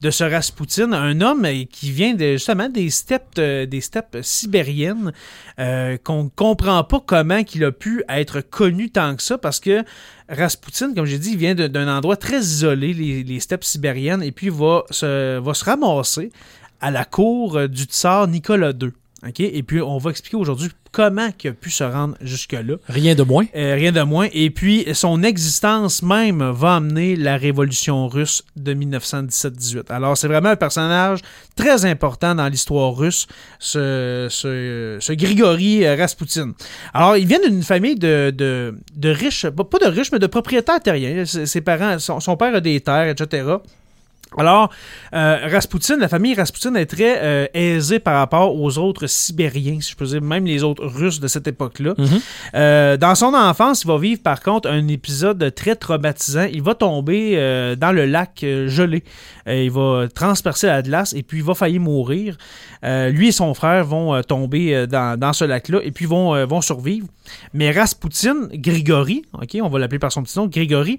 de ce Raspoutine, un homme qui vient de, justement des steppes, euh, des steppes sibériennes, euh, qu'on ne comprend pas comment il a pu être connu tant que ça, parce que Raspoutine, comme j'ai dit, il vient de, d'un endroit très isolé, les, les steppes sibériennes, et puis va se, va se ramasser à la cour du tsar Nicolas deux. Okay? Et puis, on va expliquer aujourd'hui comment il a pu se rendre jusque-là. Rien de moins. Euh, rien de moins. Et puis, son existence même va amener la révolution russe de dix-neuf cent dix-sept dix-huit. Alors, c'est vraiment un personnage très important dans l'histoire russe, ce, ce, ce Grigori Raspoutine. Alors, il vient d'une famille de, de, de riches, pas de riches, mais de propriétaires terriens. Ses parents, son, son père a des terres, et cetera. Alors, euh, Raspoutine, la famille Raspoutine est très euh, aisée par rapport aux autres Sibériens, si je peux dire, même les autres Russes de cette époque-là. Mm-hmm. Euh, dans son enfance, il va vivre par contre un épisode très traumatisant. Il va tomber euh, dans le lac euh, gelé. Euh, il va transpercer la glace et puis il va faillir mourir. Euh, lui et son frère vont euh, tomber euh, dans, dans ce lac-là et puis vont, euh, vont survivre. Mais Raspoutine, Grigori, ok, on va l'appeler par son petit nom, Grigori,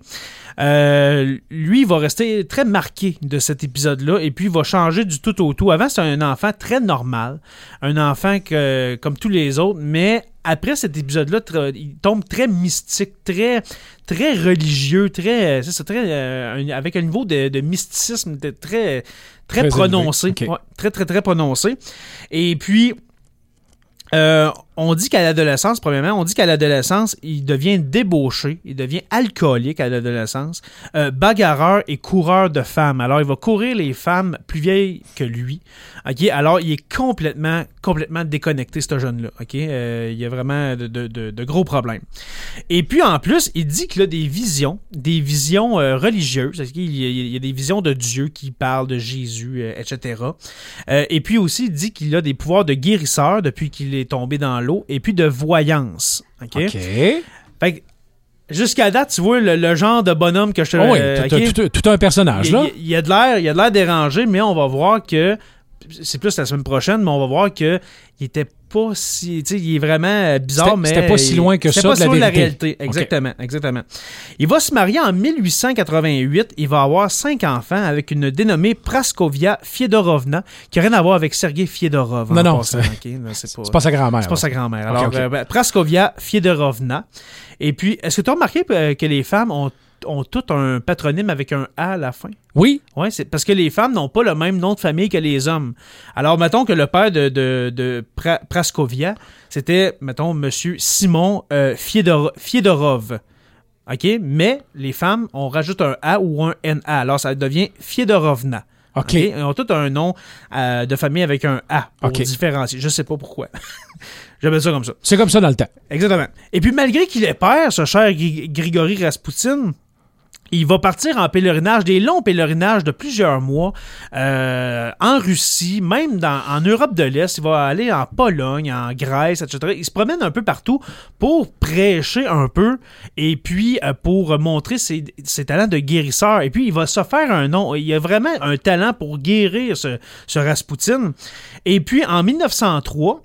euh, lui, il va rester très marqué de cet épisode-là et puis il va changer du tout au tout. Avant, c'était un enfant très normal, un enfant que, comme tous les autres, mais après cet épisode-là, tr- il tombe très mystique, très, très religieux, très, c'est ça, très, euh, un, avec un niveau de, de mysticisme de, très, très, très prononcé. Okay. Ouais, très, très, très prononcé. Et puis, euh, on dit qu'à l'adolescence, premièrement, on dit qu'à l'adolescence, il devient débauché, il devient alcoolique à l'adolescence, euh, bagarreur et coureur de femmes. Alors, il va courir les femmes plus vieilles que lui. Okay? Alors, il est complètement, complètement déconnecté, ce jeune-là. Okay? Euh, il y a vraiment de, de, de, de gros problèmes. Et puis, en plus, il dit qu'il a des visions, des visions euh, religieuses. Okay? Il, y a, il y a des visions de Dieu qui parlent de Jésus, euh, et cetera. Euh, et puis aussi, il dit qu'il a des pouvoirs de guérisseur depuis qu'il est tombé dans l'eau et puis de voyance. OK? OK. Fait que, jusqu'à date, tu vois le, le genre de bonhomme que je te... Oh oui, euh, tout, okay? tout, tout un personnage, il, là. Il, il, y a de l'air, il y a de l'air dérangé, mais on va voir que... C'est plus la semaine prochaine, mais on va voir que il était pas si... Tu sais, il est vraiment bizarre, c'était, mais... C'était pas si loin que ça pas de la loin vérité. De la réalité. Exactement, okay. exactement. Il va se marier en mille huit cent quatre-vingt-huit. Il va avoir cinq enfants avec une dénommée Praskovia Fiedorovna, qui n'a rien à voir avec Sergei Fiedorov. Non, non, c'est, okay, là, c'est, pas, c'est pas sa grand-mère. C'est pas sa grand-mère. Okay, Alors, okay. Euh, Praskovia Fiedorovna. Et puis, est-ce que tu as remarqué que les femmes ont ont toutes un patronyme avec un A à la fin. Oui. Oui, c'est parce que les femmes n'ont pas le même nom de famille que les hommes. Alors, mettons que le père de, de, de pra, Praskovia, c'était, mettons, monsieur Simon euh, Fiedor, Fiedorov. OK? Mais les femmes, on rajoute un A ou un N A. Alors, ça devient Fiedorovna. OK. Okay? Ils ont tous un nom euh, de famille avec un A pour okay. différencier. Je sais pas pourquoi. J'appelle ça comme ça. C'est comme ça dans le temps. Exactement. Et puis, malgré qu'il est père, ce cher Gr- Grigori Raspoutine, il va partir en pèlerinage, des longs pèlerinages de plusieurs mois euh, en Russie, même dans, en Europe de l'Est. Il va aller en Pologne, en Grèce, et cetera. Il se promène un peu partout pour prêcher un peu et puis euh, pour montrer ses, ses talents de guérisseur. Et puis, il va se faire un nom. Il a vraiment un talent pour guérir ce, ce Raspoutine. Et puis, en mille neuf cent trois...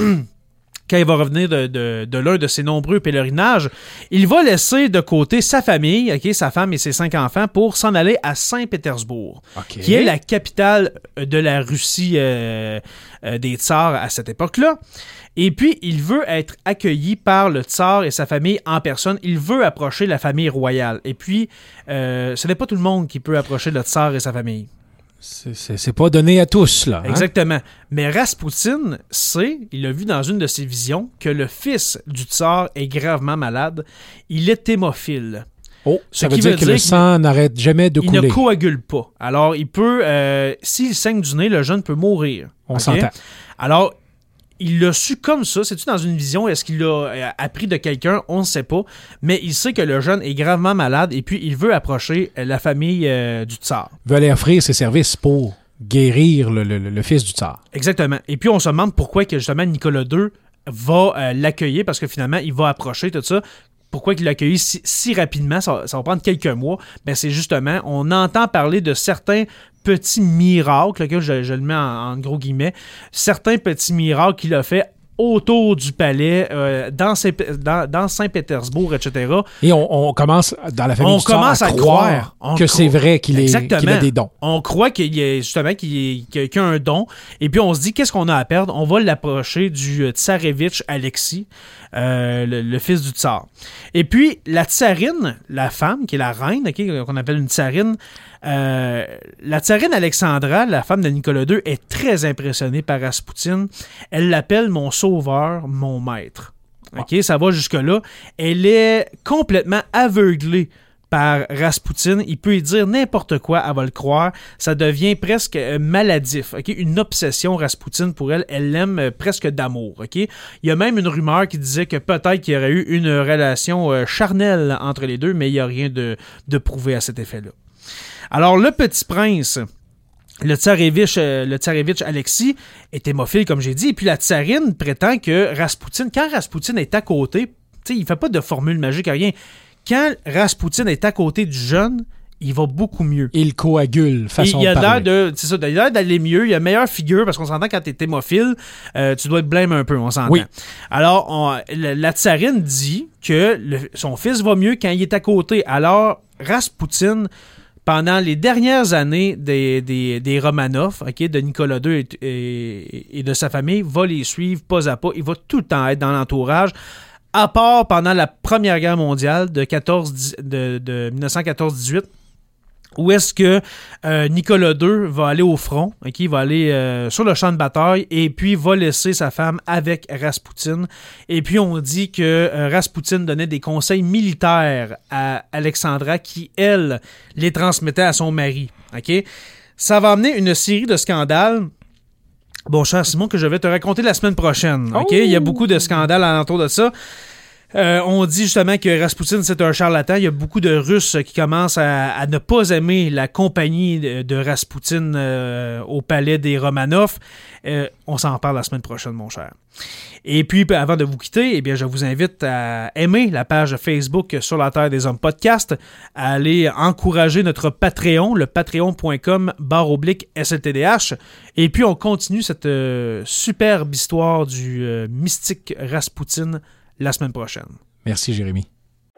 quand il va revenir de, de, de l'un de ses nombreux pèlerinages, il va laisser de côté sa famille, okay, sa femme et ses cinq enfants, pour s'en aller à Saint-Pétersbourg, okay. qui est la capitale de la Russie euh, euh, des tsars à cette époque-là. Et puis, il veut être accueilli par le tsar et sa famille en personne. Il veut approcher la famille royale. Et puis, euh, ce n'est pas tout le monde qui peut approcher le tsar et sa famille. C'est, c'est, c'est pas donné à tous, là. Hein? Exactement. Mais Raspoutine sait, il a vu dans une de ses visions, que le fils du tsar est gravement malade. Il est hémophile. Oh, ça veut dire, veut dire que le sang n'arrête jamais de couler. Il ne coagule pas. Alors, il peut... Euh, s'il saigne du nez, le jeune peut mourir. On okay? s'entend. Alors... il l'a su comme ça. C'est-tu dans une vision? Est-ce qu'il l'a appris de quelqu'un? On ne sait pas. Mais il sait que le jeune est gravement malade et puis il veut approcher la famille euh, du tsar. Il veut aller offrir ses services pour guérir le, le, le fils du tsar. Exactement. Et puis on se demande pourquoi que justement Nicolas deux va euh, l'accueillir, parce que finalement, il va approcher tout ça. Pourquoi il l'a accueilli si, si rapidement? Ça, ça va prendre quelques mois. Ben, c'est justement, on entend parler de certains petits miracles, que je, je le mets en, en gros guillemets, certains petits miracles qu'il a fait autour du palais, euh, dans, dans, dans Saint-Pétersbourg, et cetera. Et on, on commence, dans la famille on du Tsar, commence à, à croire, croire que c'est vrai qu'il, est, qu'il a des dons. On croit qu'il y a, justement qu'il, est, qu'il y a un don, et puis on se dit, qu'est-ce qu'on a à perdre? On va l'approcher du tsarevitch Alexis, euh, le, le fils du tsar. Et puis, la tsarine, la femme, qui est la reine, okay, qu'on appelle une tsarine, euh, la tsarine Alexandra, la femme de Nicolas deux, est très impressionnée par Raspoutine. Elle l'appelle mon sauveur, mon maître. OK, ça va jusque-là. Elle est complètement aveuglée par Raspoutine. Il peut y dire n'importe quoi, elle va le croire. Ça devient presque maladif. OK, une obsession, Raspoutine, pour elle. Elle l'aime presque d'amour. OK, il y a même une rumeur qui disait que peut-être qu'il y aurait eu une relation charnelle entre les deux, mais il n'y a rien de, de prouvé à cet effet-là. Alors, le petit prince, le tsarevitch, le tsarevitch Alexis, est hémophile, comme j'ai dit, et puis la tsarine prétend que Raspoutine, quand Raspoutine est à côté, il ne fait pas de formule magique, rien. Quand Raspoutine est à côté du jeune, il va beaucoup mieux. Il coagule, façon il a de parler. L'air de, c'est ça, il a l'air d'aller mieux, il a une meilleure figure, parce qu'on s'entend quand t'es hémophile, euh, tu dois te blâmer un peu, on s'entend. Oui. Alors, on, la, la tsarine dit que le, son fils va mieux quand il est à côté. Alors, Raspoutine, pendant les dernières années des, des, des Romanov, okay, de Nicolas deux et, et, et de sa famille, va les suivre pas à pas. Il va tout le temps être dans l'entourage, à part pendant la Première Guerre mondiale de, quatorze, de, de dix-neuf quatorze dix-huit, où est-ce que euh, Nicolas deux va aller au front, okay, il va aller euh, sur le champ de bataille et puis va laisser sa femme avec Raspoutine. Et puis on dit que euh, Raspoutine donnait des conseils militaires à Alexandra qui, elle, les transmettait à son mari. Okay? Ça va amener une série de scandales. Bon, cher Simon, que je vais te raconter la semaine prochaine. Okay? Oh! Il y a beaucoup de scandales alentour de ça. Euh, on dit justement que Raspoutine, c'est un charlatan. Il y a beaucoup de Russes qui commencent à, à ne pas aimer la compagnie de, de Raspoutine euh, au palais des Romanov. Euh, on s'en parle la semaine prochaine, mon cher. Et puis, avant de vous quitter, eh bien, je vous invite à aimer la page Facebook Sur la Terre des Hommes Podcast, à aller encourager notre Patreon, le patreon.com barre oblique SLTDH. Et puis, on continue cette euh, superbe histoire du euh, mystique Raspoutine la semaine prochaine. Merci, Jérémy.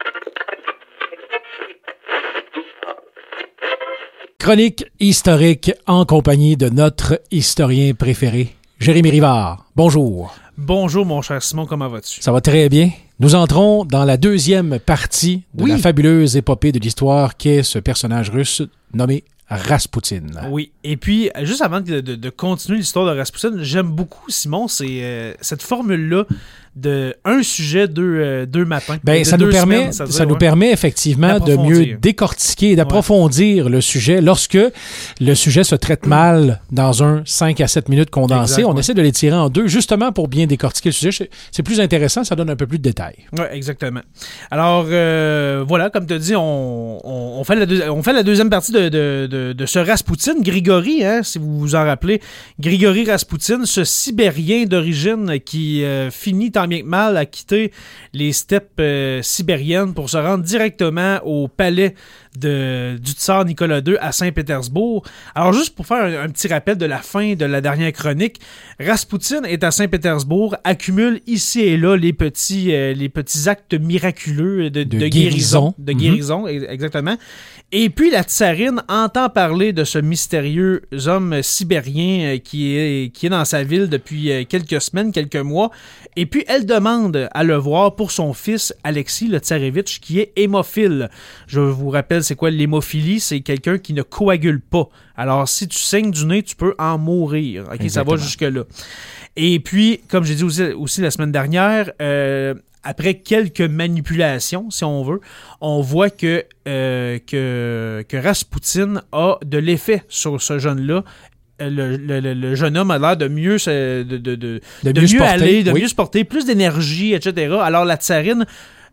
Chronique historique en compagnie de notre historien préféré, Jérémy Rivard. Bonjour. Bonjour, mon cher Simon, comment vas-tu? Ça va très bien. Nous entrons dans la deuxième partie de oui. la fabuleuse épopée de l'histoire qu'est ce personnage russe nommé Raspoutine. Oui, et puis, juste avant de, de, de continuer l'histoire de Raspoutine, j'aime beaucoup, Simon, c'est, euh, cette formule-là de un sujet, deux, euh, deux matins. Ben, ça, nous permet, semaines, ça, ça dire, nous ouais. permet effectivement de mieux décortiquer et d'approfondir ouais. le sujet. Lorsque le sujet se traite mal dans un cinq à sept minutes condensé, exact, on ouais. essaie de les tirer en deux, justement pour bien décortiquer le sujet. C'est plus intéressant, ça donne un peu plus de détails. Oui, exactement. Alors, euh, voilà, comme tu as dit, on, on, on, fait la deux, on fait la deuxième partie de, de, de, de ce Raspoutine, Grigori, hein, si vous vous en rappelez. Grigori Raspoutine, ce Sibérien d'origine qui euh, finit tant bien que mal à quitter les steppes euh, sibériennes pour se rendre directement au palais de, du tsar Nicolas deux à Saint-Pétersbourg. Alors, juste pour faire un, un petit rappel de la fin de la dernière chronique, Raspoutine est à Saint-Pétersbourg, accumule ici et là les petits, euh, les petits actes miraculeux de, de, de guérison. guérison. De guérison, mm-hmm. exactement. Et puis, la tsarine entend parler de ce mystérieux homme sibérien euh, qui, est, qui est dans sa ville depuis euh, quelques semaines, quelques mois. Et puis, elle demande à le voir pour son fils, Alexis, le tsarevitch, qui est hémophile. Je vous rappelle, c'est quoi l'hémophilie? C'est quelqu'un qui ne coagule pas. Alors, si tu saignes du nez, tu peux en mourir. Okay, ça va jusque-là. Et puis, comme j'ai dit aussi, aussi la semaine dernière, euh, après quelques manipulations, si on veut, on voit que, euh, que, que Raspoutine a de l'effet sur ce jeune-là. Le, le, le jeune homme a l'air de mieux, de, de, de, de, de mieux, mieux aller, de oui. mieux se porter, plus d'énergie, et cetera. Alors la tsarine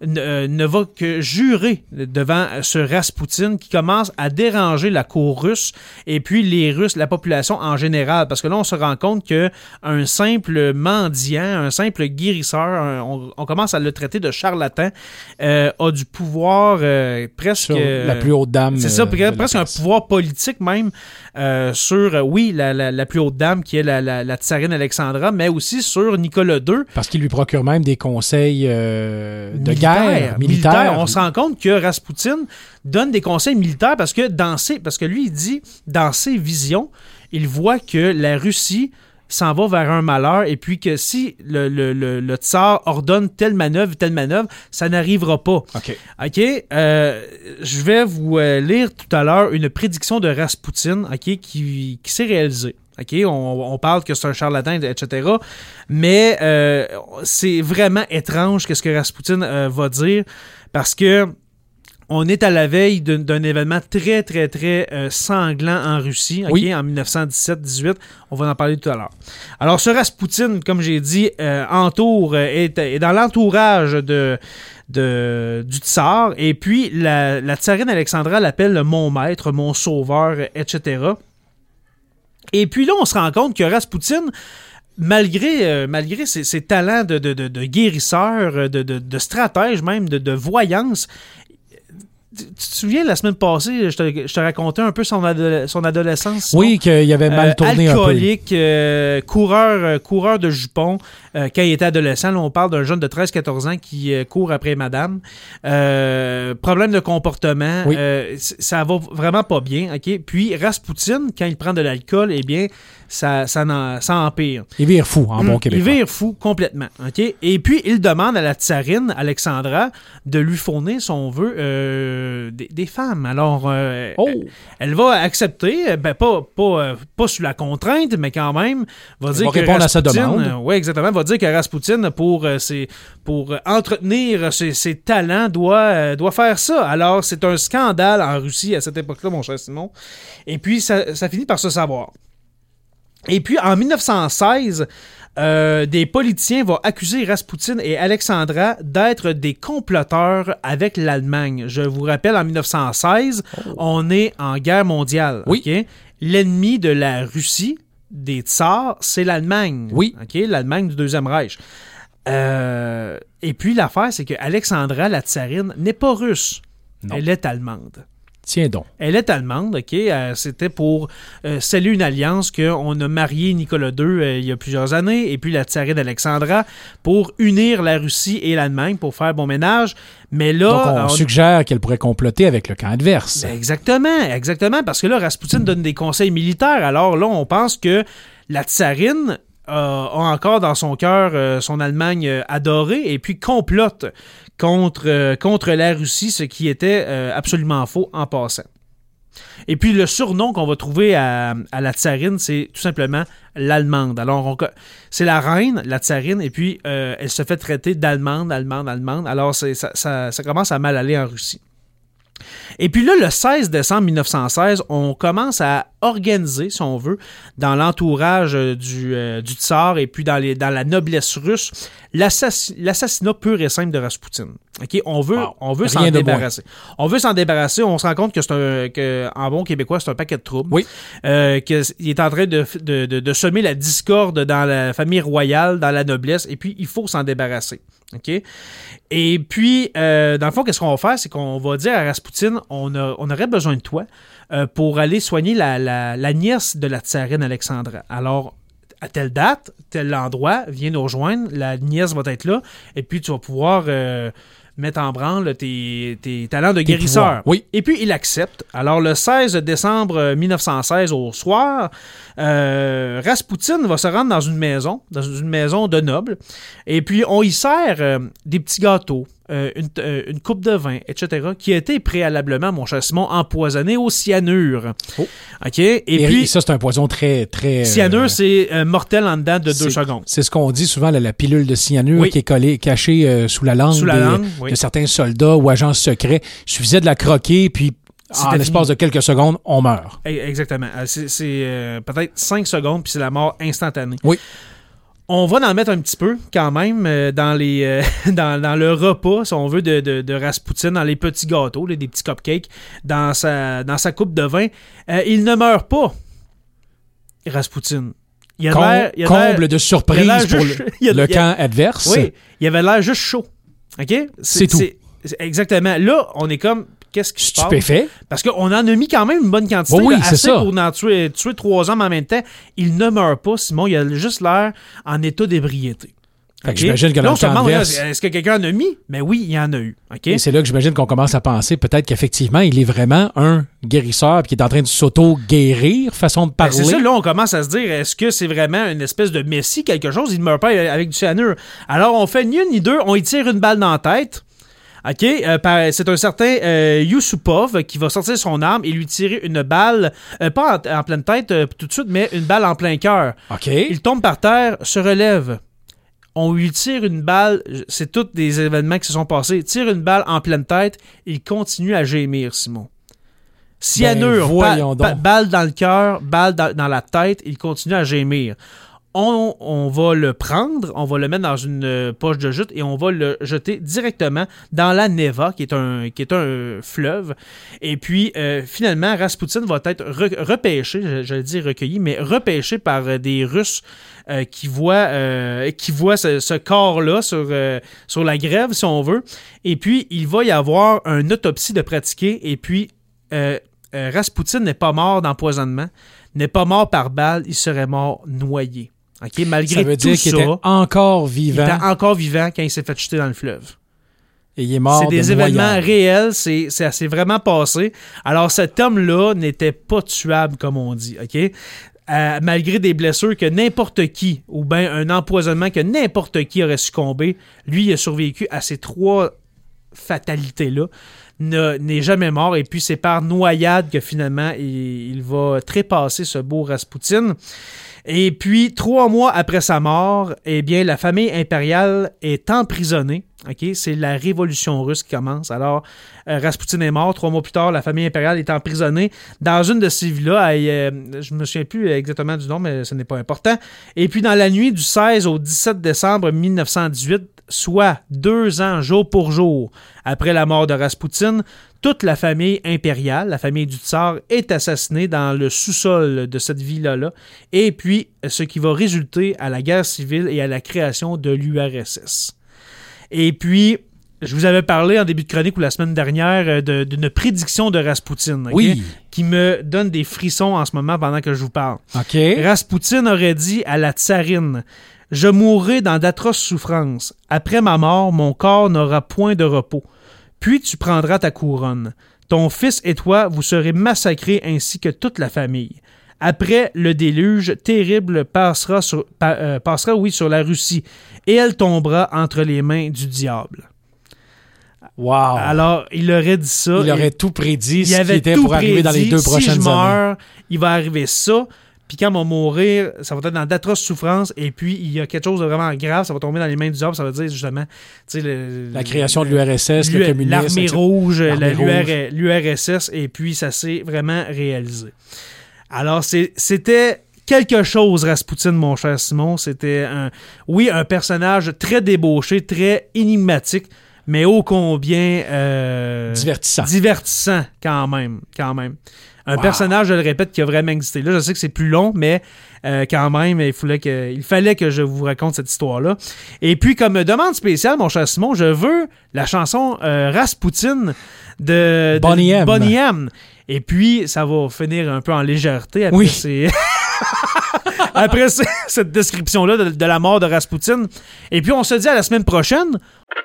ne, ne va que jurer devant ce Raspoutine qui commence à déranger la cour russe et puis les Russes, la population en général. Parce que là, on se rend compte qu'un simple mendiant, un simple guérisseur, un, on, on commence à le traiter de charlatan, euh, a du pouvoir euh, presque... Sur la plus haute dame. C'est ça, euh, presque un pouvoir politique même euh, sur, euh, oui, la, la, la plus haute dame qui est la, la, la tsarine Alexandra, mais aussi sur Nicolas deux. Parce qu'il lui procure même des conseils euh, de militaire, guerre, militaire. militaire. On se rend compte que Raspoutine donne des conseils militaires parce que dans ses, parce que lui, il dit, dans ses visions, il voit que la Russie s'en va vers un malheur et puis que si le, le, le, le tsar ordonne telle manœuvre, telle manœuvre, ça n'arrivera pas. OK. OK. Euh, je vais vous euh, lire tout à l'heure une prédiction de Raspoutine, OK, qui, qui s'est réalisée. OK, on, on parle que c'est un charlatan, et cetera. Mais euh, c'est vraiment étrange qu'est-ce que Raspoutine euh, va dire parce que on est à la veille d'un, d'un événement très, très, très euh, sanglant en Russie, okay, oui. En dix-neuf cent dix-sept dix-huit. On va en parler tout à l'heure. Alors, ce Raspoutine, comme j'ai dit, euh, entoure, euh, est, est dans l'entourage de, de, du tsar. Et puis, la, la tsarine Alexandra l'appelle mon maître, mon sauveur, et cetera. Et puis là, on se rend compte que Raspoutine, malgré, euh, malgré ses, ses talents de, de, de, de guérisseur, de, de, de stratège même, de, de voyance, tu te souviens, la semaine passée, je te, je te racontais un peu son, ado- son adolescence. Oui, qu'il avait mal euh, tourné alcoolique, un peu. Euh, coureur, euh, coureur de jupons. Euh, quand il était adolescent, là, on parle d'un jeune de treize quatorze ans qui euh, court après madame. Euh, problème de comportement. Oui. Euh, ça va vraiment pas bien. Okay? Puis Raspoutine, quand il prend de l'alcool, eh bien, ça, ça, en, ça empire. Il vire fou, en bon québécois. Il vire fou complètement. Okay? Et puis, il demande à la tsarine Alexandra de lui fournir, si on veut, euh, des, des femmes. Alors, euh, oh. elle, elle va accepter, ben, pas, pas, pas sous la contrainte, mais quand même, va elle dire va que répondre Raspoutine, à sa demande. Euh, oui, exactement, va dire que Raspoutine, pour, euh, ses, pour entretenir ses, ses talents, doit, euh, doit faire ça. Alors, c'est un scandale en Russie à cette époque-là, mon cher Simon. Et puis, ça, ça finit par se savoir. Et puis, en dix-neuf cent seize, euh, des politiciens vont accuser Raspoutine et Alexandra d'être des comploteurs avec l'Allemagne. Je vous rappelle, en dix-neuf cent seize, oh. on est en guerre mondiale. Oui. Okay? L'ennemi de la Russie, des tsars, c'est l'Allemagne. Oui. Okay? L'Allemagne du Deuxième Reich. Euh, et puis, l'affaire, c'est que Alexandra, la tsarine, n'est pas russe. Non. Elle est allemande. Tiens donc. Elle est allemande, OK? Euh, c'était pour euh, sceller une alliance qu'on a marié Nicolas deux euh, il y a plusieurs années, et puis la tsarine Alexandra, pour unir la Russie et l'Allemagne, pour faire bon ménage. Mais là... Donc, on, on suggère qu'elle pourrait comploter avec le camp adverse. Ben exactement, exactement, parce que là, Raspoutine donne des conseils militaires. Alors là, on pense que la tsarine euh, a encore dans son cœur euh, son Allemagne euh, adorée, et puis complote contre, euh, contre la Russie, ce qui était euh, absolument faux en passant. Et puis le surnom qu'on va trouver à, à la tsarine, c'est tout simplement l'allemande. Alors, on, c'est la reine, la tsarine, et puis euh, elle se fait traiter d'allemande, allemande, allemande. Alors, c'est, ça, ça, ça commence à mal aller en Russie. Et puis là, le seize décembre dix-neuf cent seize, on commence à organiser, si on veut, dans l'entourage du, euh, du tsar et puis dans, les, dans la noblesse russe, l'assass- l'assassinat pur et simple de Raspoutine. Okay? On veut, wow. on veut s'en débarrasser. Bon. On veut s'en débarrasser. On se rend compte que c'est un, que, en bon québécois, c'est un paquet de troubles. Oui. Euh, qu'il est en train de, de, de, de semer la discorde dans la famille royale, dans la noblesse, et puis il faut s'en débarrasser. OK? Et puis, euh, dans le fond, qu'est-ce qu'on va faire? C'est qu'on va dire à Raspoutine, on, a, on aurait besoin de toi euh, pour aller soigner la, la, la nièce de la tsarine Alexandra. Alors, à telle date, tel endroit, viens nous rejoindre, la nièce va être là, et puis tu vas pouvoir euh, mettre en branle tes, tes talents de tes guérisseur. Pouvoirs. Oui. Et puis, il accepte. Alors, le seize décembre dix-neuf cent seize, au soir, euh, Raspoutine va se rendre dans une maison, dans une maison de nobles, et puis on y sert euh, des petits gâteaux, euh, une, euh, une coupe de vin, et cetera, qui a été préalablement, mon cher Simon, empoisonné au cyanure. Oh. OK? Et, et puis... ça, c'est un poison très... très cyanure, euh, c'est euh, mortel en dedans de deux secondes. C'est ce qu'on dit souvent, la, la pilule de cyanure oui. qui est collée, cachée euh, sous la langue, sous la des, langue oui. de certains soldats ou agents secrets. Il suffisait de la croquer, puis en fini. L'espace de quelques secondes, on meurt. Exactement. C'est, c'est euh, peut-être cinq secondes, puis c'est la mort instantanée. Oui. On va en mettre un petit peu, quand même, euh, dans les euh, dans, dans le repas, si on veut, de, de, de Rasputin, dans les petits gâteaux, là, des petits cupcakes, dans sa, dans sa coupe de vin. Euh, il ne meurt pas, Rasputin. Il a Com- l'air, il a comble l'air, de surprise pour juste, le, il a, le il a, camp adverse. Oui, il avait l'air juste chaud. OK? C'est, c'est tout. C'est, c'est, exactement. Là, on est comme... Qu'est-ce qui se passe? Stupéfait. Parce qu'on en a mis quand même une bonne quantité. Bon, oui, là, c'est assez ça. pour en tuer, tuer trois hommes en même temps. Il ne meurt pas, Simon. Il a juste l'air en état d'ébriété. Fait que j'imagine que dans là, on le se camp demande, adverse... est-ce que quelqu'un en a mis? Mais oui, il y en a eu. Okay? Et c'est là que j'imagine qu'on commence à penser peut-être qu'effectivement, il est vraiment un guérisseur puis qui est en train de s'auto-guérir, façon de parler. Ben c'est ça, là, on commence à se dire, est-ce que c'est vraiment une espèce de messie, quelque chose? Il ne meurt pas avec du cyanure. Alors, on fait ni une ni deux. On y tire une balle dans la tête. OK? Euh, par, c'est un certain euh, Yusupov qui va sortir son arme et lui tirer une balle, euh, pas en, en pleine tête euh, tout de suite, mais une balle en plein cœur. OK. Il tombe par terre, se relève. On lui tire une balle, c'est tous des événements qui se sont passés. Il tire une balle en pleine tête, il continue à gémir, Simon. Cyanure, ben, ba- ba- balle dans le cœur, balle dans, dans la tête, il continue à gémir. On, on va le prendre, on va le mettre dans une euh, poche de jute et on va le jeter directement dans la Neva, qui est un, qui est un fleuve. Et puis, euh, finalement, Rasputin va être re- repêché, je, je le dis recueilli, mais repêché par euh, des Russes euh, qui voient, euh, qui voient ce, ce corps-là sur, euh, sur la grève, si on veut. Et puis, il va y avoir une autopsie de pratiquer. Et puis, euh, euh, Rasputin n'est pas mort d'empoisonnement, n'est pas mort par balle, il serait mort noyé. Okay, malgré ça veut tout dire qu'il ça, était encore vivant. Il était encore vivant quand il s'est fait jeter dans le fleuve. Et il est mort C'est des de événements noyade. réels, c'est, c'est, c'est vraiment passé. Alors, cet homme-là n'était pas tuable, comme on dit, OK? Euh, malgré des blessures que n'importe qui, ou bien un empoisonnement que n'importe qui aurait succombé, lui, il a survécu à ces trois fatalités-là, ne, n'est jamais mort. Et puis, c'est par noyade que finalement, il, il va trépasser ce beau Rasputin. Et puis, trois mois après sa mort, eh bien, la famille impériale est emprisonnée. OK? C'est la révolution russe qui commence. Alors, euh, Rasputin est mort. Trois mois plus tard, la famille impériale est emprisonnée dans une de ces villas. Euh, je me souviens plus exactement du nom, mais ce n'est pas important. Et puis, dans la nuit du seize au dix-sept décembre mille neuf cent dix-huit, soit deux ans jour pour jour après la mort de Rasputin, toute la famille impériale, la famille du tsar, est assassinée dans le sous-sol de cette villa-là. Et puis, ce qui va résulter à la guerre civile et à la création de l'U R S S. Et puis, je vous avais parlé en début de chronique ou la semaine dernière de, d'une prédiction de Rasputin, okay, oui, qui me donne des frissons en ce moment pendant que je vous parle. Okay. Rasputin aurait dit à la tsarine: « Je mourrai dans d'atroces souffrances. Après ma mort, mon corps n'aura point de repos. Puis tu prendras ta couronne. Ton fils et toi, vous serez massacrés ainsi que toute la famille. Après, le déluge terrible passera, sur, pa, euh, passera oui, sur la Russie, et elle tombera entre les mains du diable. » Wow. Alors, il aurait dit ça. Il aurait tout prédit, il ce qui était pour prédit, arriver dans les deux prochaines si je meurs, années. Il va arriver ça. Puis quand on va mourir, ça va être dans d'atroces souffrances. Et puis, il y a quelque chose de vraiment grave. Ça va tomber dans les mains du diable. Ça veut dire, justement, tu sais, le, la création de l'U R S S, le communisme. L'armée rouge, l'armée la, rouge. l'U R S S. Et puis, ça s'est vraiment réalisé. Alors, c'est, c'était quelque chose, Rasputin, mon cher Simon. C'était, un, oui, un personnage très débauché, très énigmatique, mais ô combien... Euh, divertissant. Divertissant, quand même, quand même. Un wow. personnage, je le répète, qui a vraiment existé. Là, je sais que c'est plus long, mais euh, quand même, il fallait, que, il fallait que je vous raconte cette histoire-là. Et puis, comme demande spéciale, mon cher Simon, je veux la chanson euh, Rasputin de, de Bonnie M. Bonnie M. Et puis, ça va finir un peu en légèreté après, oui. ces... après ces, cette description-là de, de la mort de Rasputin. Et puis, on se dit à la semaine prochaine.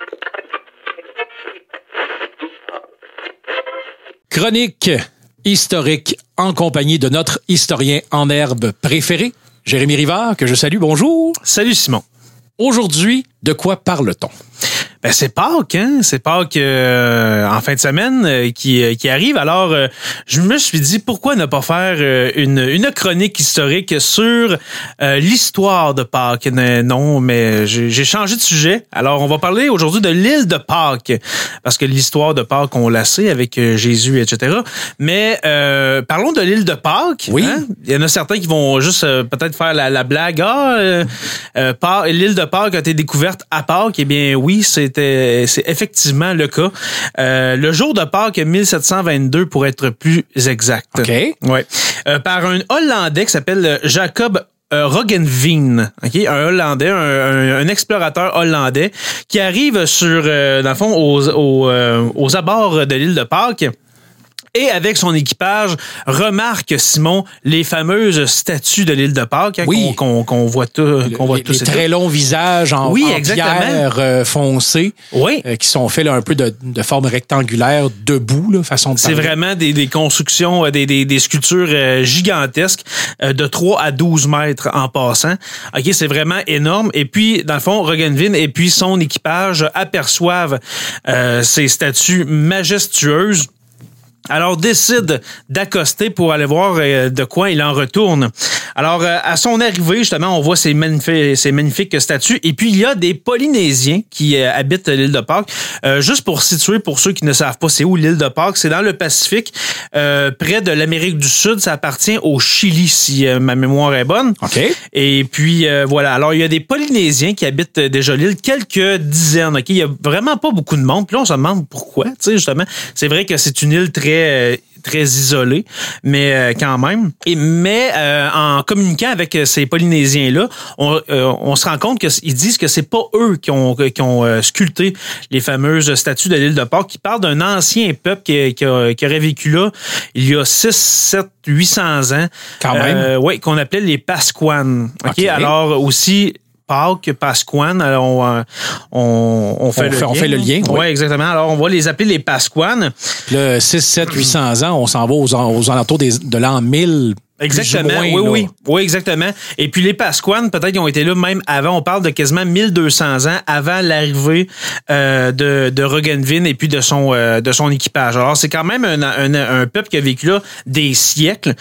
Chronique historique en compagnie de notre historien en herbe préféré, Jérémy Rivard, que je salue. Bonjour. Salut Simon. Aujourd'hui, de quoi parle-t-on? Ben c'est Pâques, hein? C'est Pâques euh, en fin de semaine euh, qui, euh, qui arrive. Alors, euh, je me suis dit, pourquoi ne pas faire euh, une, une chronique historique sur euh, l'histoire de Pâques? Non, mais j'ai, j'ai changé de sujet. Alors, on va parler aujourd'hui de l'île de Pâques, parce que l'histoire de Pâques, on la sait avec euh, Jésus, et cetera. Mais euh, parlons de l'île de Pâques. Oui. Hein? Il y en a certains qui vont juste euh, peut-être faire la, la blague. Ah, euh, euh, Pâques, l'île de Pâques a été découverte à Pâques. Eh bien, oui, c'est C'était, c'est effectivement le cas. Euh, le jour de Pâques mille sept cent vingt-deux, pour être plus exact. OK. Ouais. Euh, par un Hollandais qui s'appelle Jacob euh, Roggeveen. OK? Un Hollandais, un, un, un explorateur hollandais qui arrive sur, euh, dans le fond, aux, aux, euh, aux abords de l'île de Pâques. Et avec son équipage, remarque, Simon, les fameuses statues de l'île de Pâques, hein, oui. qu'on, qu'on, qu'on voit tout, qu'on voit les, tout. Les très longs visages en, oui, en pierre euh, foncée, oui. euh, qui sont faits là, un peu de, de forme rectangulaire, debout, là, façon de C'est parler. vraiment des, des constructions, des, des, des sculptures euh, gigantesques, euh, de trois à douze mètres en passant. OK, c'est vraiment énorme. Et puis, dans le fond, Roggeveen et puis son équipage aperçoivent euh, ces statues majestueuses. Alors, décide d'accoster pour aller voir euh, de quoi il en retourne. Alors, euh, à son arrivée, justement, on voit ces magnifiques, ces magnifiques statues. Et puis, il y a des Polynésiens qui euh, habitent l'île de Pâques. Euh, juste pour situer, pour ceux qui ne savent pas, c'est où l'île de Pâques? C'est dans le Pacifique, euh, près de l'Amérique du Sud. Ça appartient au Chili, si euh, ma mémoire est bonne. OK. Et puis, euh, voilà. Alors, il y a des Polynésiens qui habitent déjà l'île, quelques dizaines. OK? Il y a vraiment pas beaucoup de monde. Puis là, on se demande pourquoi. Tu sais, justement, c'est vrai que c'est une île très très isolé, mais euh, quand même. Et mais euh, en communiquant avec ces Polynésiens-là, on, euh, on se rend compte qu'ils disent que c'est pas eux qui ont qui ont euh, sculpté les fameuses statues de l'île de Pâques. Ils parlent d'un ancien peuple qui, qui, a, qui aurait vécu là il y a six, sept, huit cents ans. Quand même. Euh, oui, qu'on appelait les Pasquanes. OK, okay. Alors aussi Pâques, Pasquanes, alors on, on, on, fait, on, le fait, lien. on fait le lien. Oui, ouais, exactement. Alors, on va les appeler les Pasquanes. Puis là, six, sept, huit cents ans, on s'en va aux, aux alentours des, de l'an mille. Exactement, moins, oui, là. oui. Oui, exactement. Et puis les Pasquanes, peut-être qu'ils ont été là même avant, on parle de quasiment mille deux cents ans avant l'arrivée euh, de, de Roggeveen et puis de son, euh, de son équipage. Alors, c'est quand même un, un, un peuple qui a vécu là des siècles.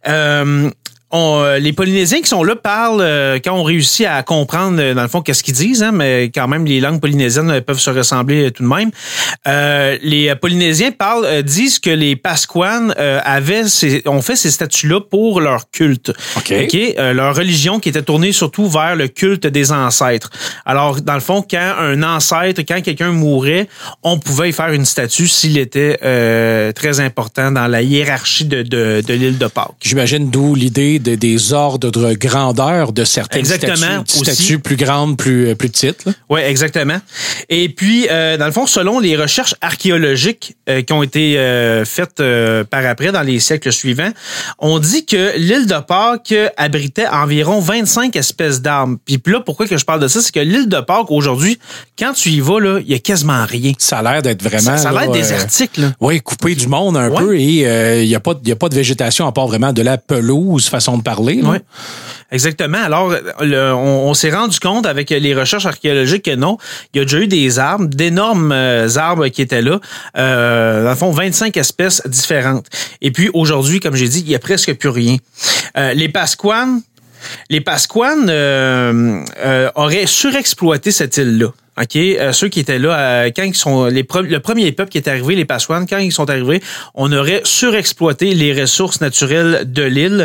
Euh, On, euh, les Polynésiens qui sont là parlent, euh, quand on réussit à comprendre, euh, dans le fond, qu'est-ce qu'ils disent, hein, mais quand même, les langues polynésiennes euh, peuvent se ressembler euh, tout de même. Euh, les Polynésiens parlent, euh, disent que les Pasquanes euh, avaient ces, ont fait ces statues-là pour leur culte. OK. Okay? Euh, leur religion qui était tournée surtout vers le culte des ancêtres. Alors, dans le fond, quand un ancêtre, quand quelqu'un mourait, on pouvait y faire une statue s'il était euh, très important dans la hiérarchie de, de, de l'île de Pâques. J'imagine d'où l'idée de, des ordres de grandeur de certaines exactement, statues, statues plus grandes, plus, plus petites. Oui, exactement. Et puis, euh, dans le fond, selon les recherches archéologiques euh, qui ont été euh, faites euh, par après dans les siècles suivants, on dit que l'île de Pâques abritait environ vingt-cinq espèces d'arbres. Puis là, pourquoi que je parle de ça, c'est que l'île de Pâques, aujourd'hui, quand tu y vas, là, il y a quasiment rien. Ça a l'air d'être vraiment... Ça, ça a l'air là, désertique, là. Oui, coupé du monde un ouais. peu et il euh, n'y a, a pas de végétation à part vraiment de la pelouse, façon de parler. Oui, exactement. Alors, le, on, on s'est rendu compte avec les recherches archéologiques que non, il y a déjà eu des arbres, d'énormes euh, arbres qui étaient là. Euh, dans le fond, vingt-cinq espèces différentes. Et puis, aujourd'hui, comme j'ai dit, il n'y a presque plus rien. Euh, les Pasquanes, les Pasquanes euh, euh, auraient surexploité cette île-là. OK, euh, ceux qui étaient là euh, quand ils sont les pre- le premier peuple qui est arrivé, les Pasquanes, quand ils sont arrivés, on aurait surexploité les ressources naturelles de l'île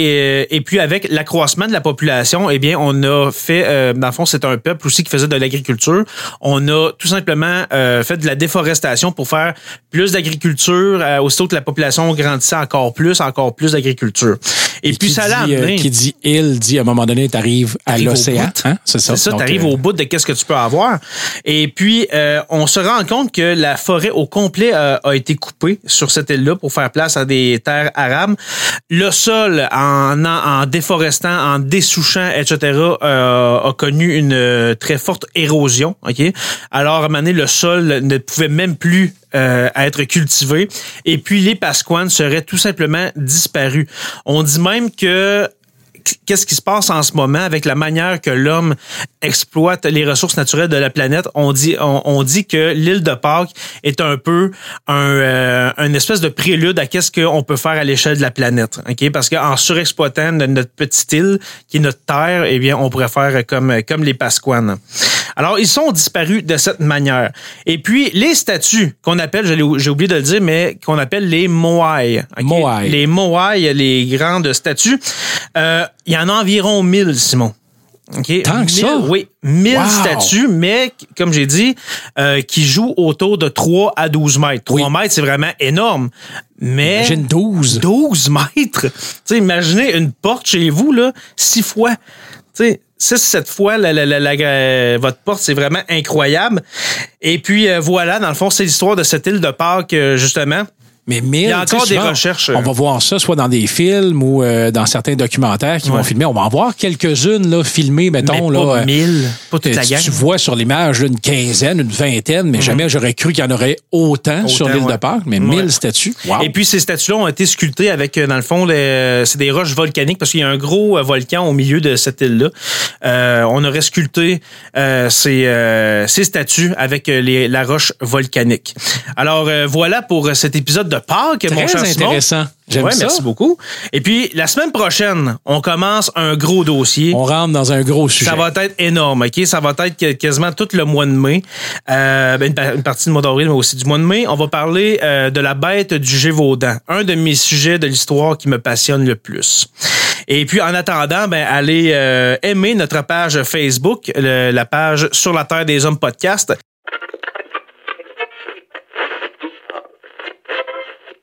et et puis avec l'accroissement de la population, eh bien on a fait euh, dans le fond, c'est un peuple aussi qui faisait de l'agriculture. On a tout simplement euh, fait de la déforestation pour faire plus d'agriculture euh, aussitôt que la population grandissait encore plus, encore plus d'agriculture. Et, et puis ça l'a amené. Euh, qui dit île dit à un moment donné, t'arrives à l'océan, hein? C'est ça. C'est ça, Donc, t'arrives euh... au bout de qu'est-ce que tu peux avoir. Et puis, euh, on se rend compte que la forêt au complet euh, a été coupée sur cette île-là pour faire place à des terres arables. Le sol, en, en, en déforestant, en dessouchant, et cetera, euh, a connu une euh, très forte érosion. Ok. Alors, à un moment donné, le sol ne pouvait même plus Euh, à être cultivé. Et puis, les Pasquanes seraient tout simplement disparus. On dit même que qu'est-ce qui se passe en ce moment avec la manière que l'homme exploite les ressources naturelles de la planète, on dit, on, on dit que l'île de Pâques est un peu un, euh, une espèce de prélude à qu'est-ce qu'on peut faire à l'échelle de la planète. Ok, parce qu'en surexploitant notre petite île qui est notre terre, eh bien, on pourrait faire comme comme les Pasquanes. Alors, ils sont disparus de cette manière. Et puis, les statues qu'on appelle, j'ai oublié de le dire, mais qu'on appelle les Moai. Okay? Moai. Les Moai, les grandes statues. Euh, il y en a environ mille, Simon. Okay. Tant que ça? Oui, mille wow. statues, mais comme j'ai dit, euh, qui jouent autour de trois à douze mètres. trois oui. mètres, c'est vraiment énorme. Mais imagine douze. douze mètres. T'sais, imaginez une porte chez vous, là, six fois. T'sais, six, sept fois, la, la, la, la, la, votre porte, c'est vraiment incroyable. Et puis, euh, voilà, dans le fond, c'est l'histoire de cette île de Pâques, euh, justement. Mais mille, il y a encore des souvent, recherches. On va voir ça soit dans des films ou euh, dans certains documentaires qui ouais. vont filmer. On va en voir quelques-unes là, filmées, mettons. Mais pas là, mille, pas toute euh, la gang. Tu vois sur l'image là, une quinzaine, une vingtaine, mais mm-hmm. jamais j'aurais cru qu'il y en aurait autant, autant sur l'île ouais. de Pâques, mais ouais. mille statues. Wow. Et puis ces statues-là ont été sculptées avec, dans le fond, les, c'est des roches volcaniques parce qu'il y a un gros volcan au milieu de cette île-là. Euh, on aurait sculpté euh, ces, euh, ces statues avec les, la roche volcanique. Alors euh, voilà pour cet épisode de Pâques, Très mon cher intéressant. J'aime ouais, ça. Merci beaucoup. Et puis, la semaine prochaine, on commence un gros dossier. On rentre dans un gros sujet. Ça va être énorme, OK? Ça va être quasiment tout le mois de mai. Euh, ben une partie du mois d'avril, mais aussi du mois de mai. On va parler euh, de la bête du Gévaudan. Un de mes sujets de l'histoire qui me passionne le plus. Et puis, en attendant, ben, allez euh, aimer notre page Facebook, le, la page Sur la Terre des Hommes podcast.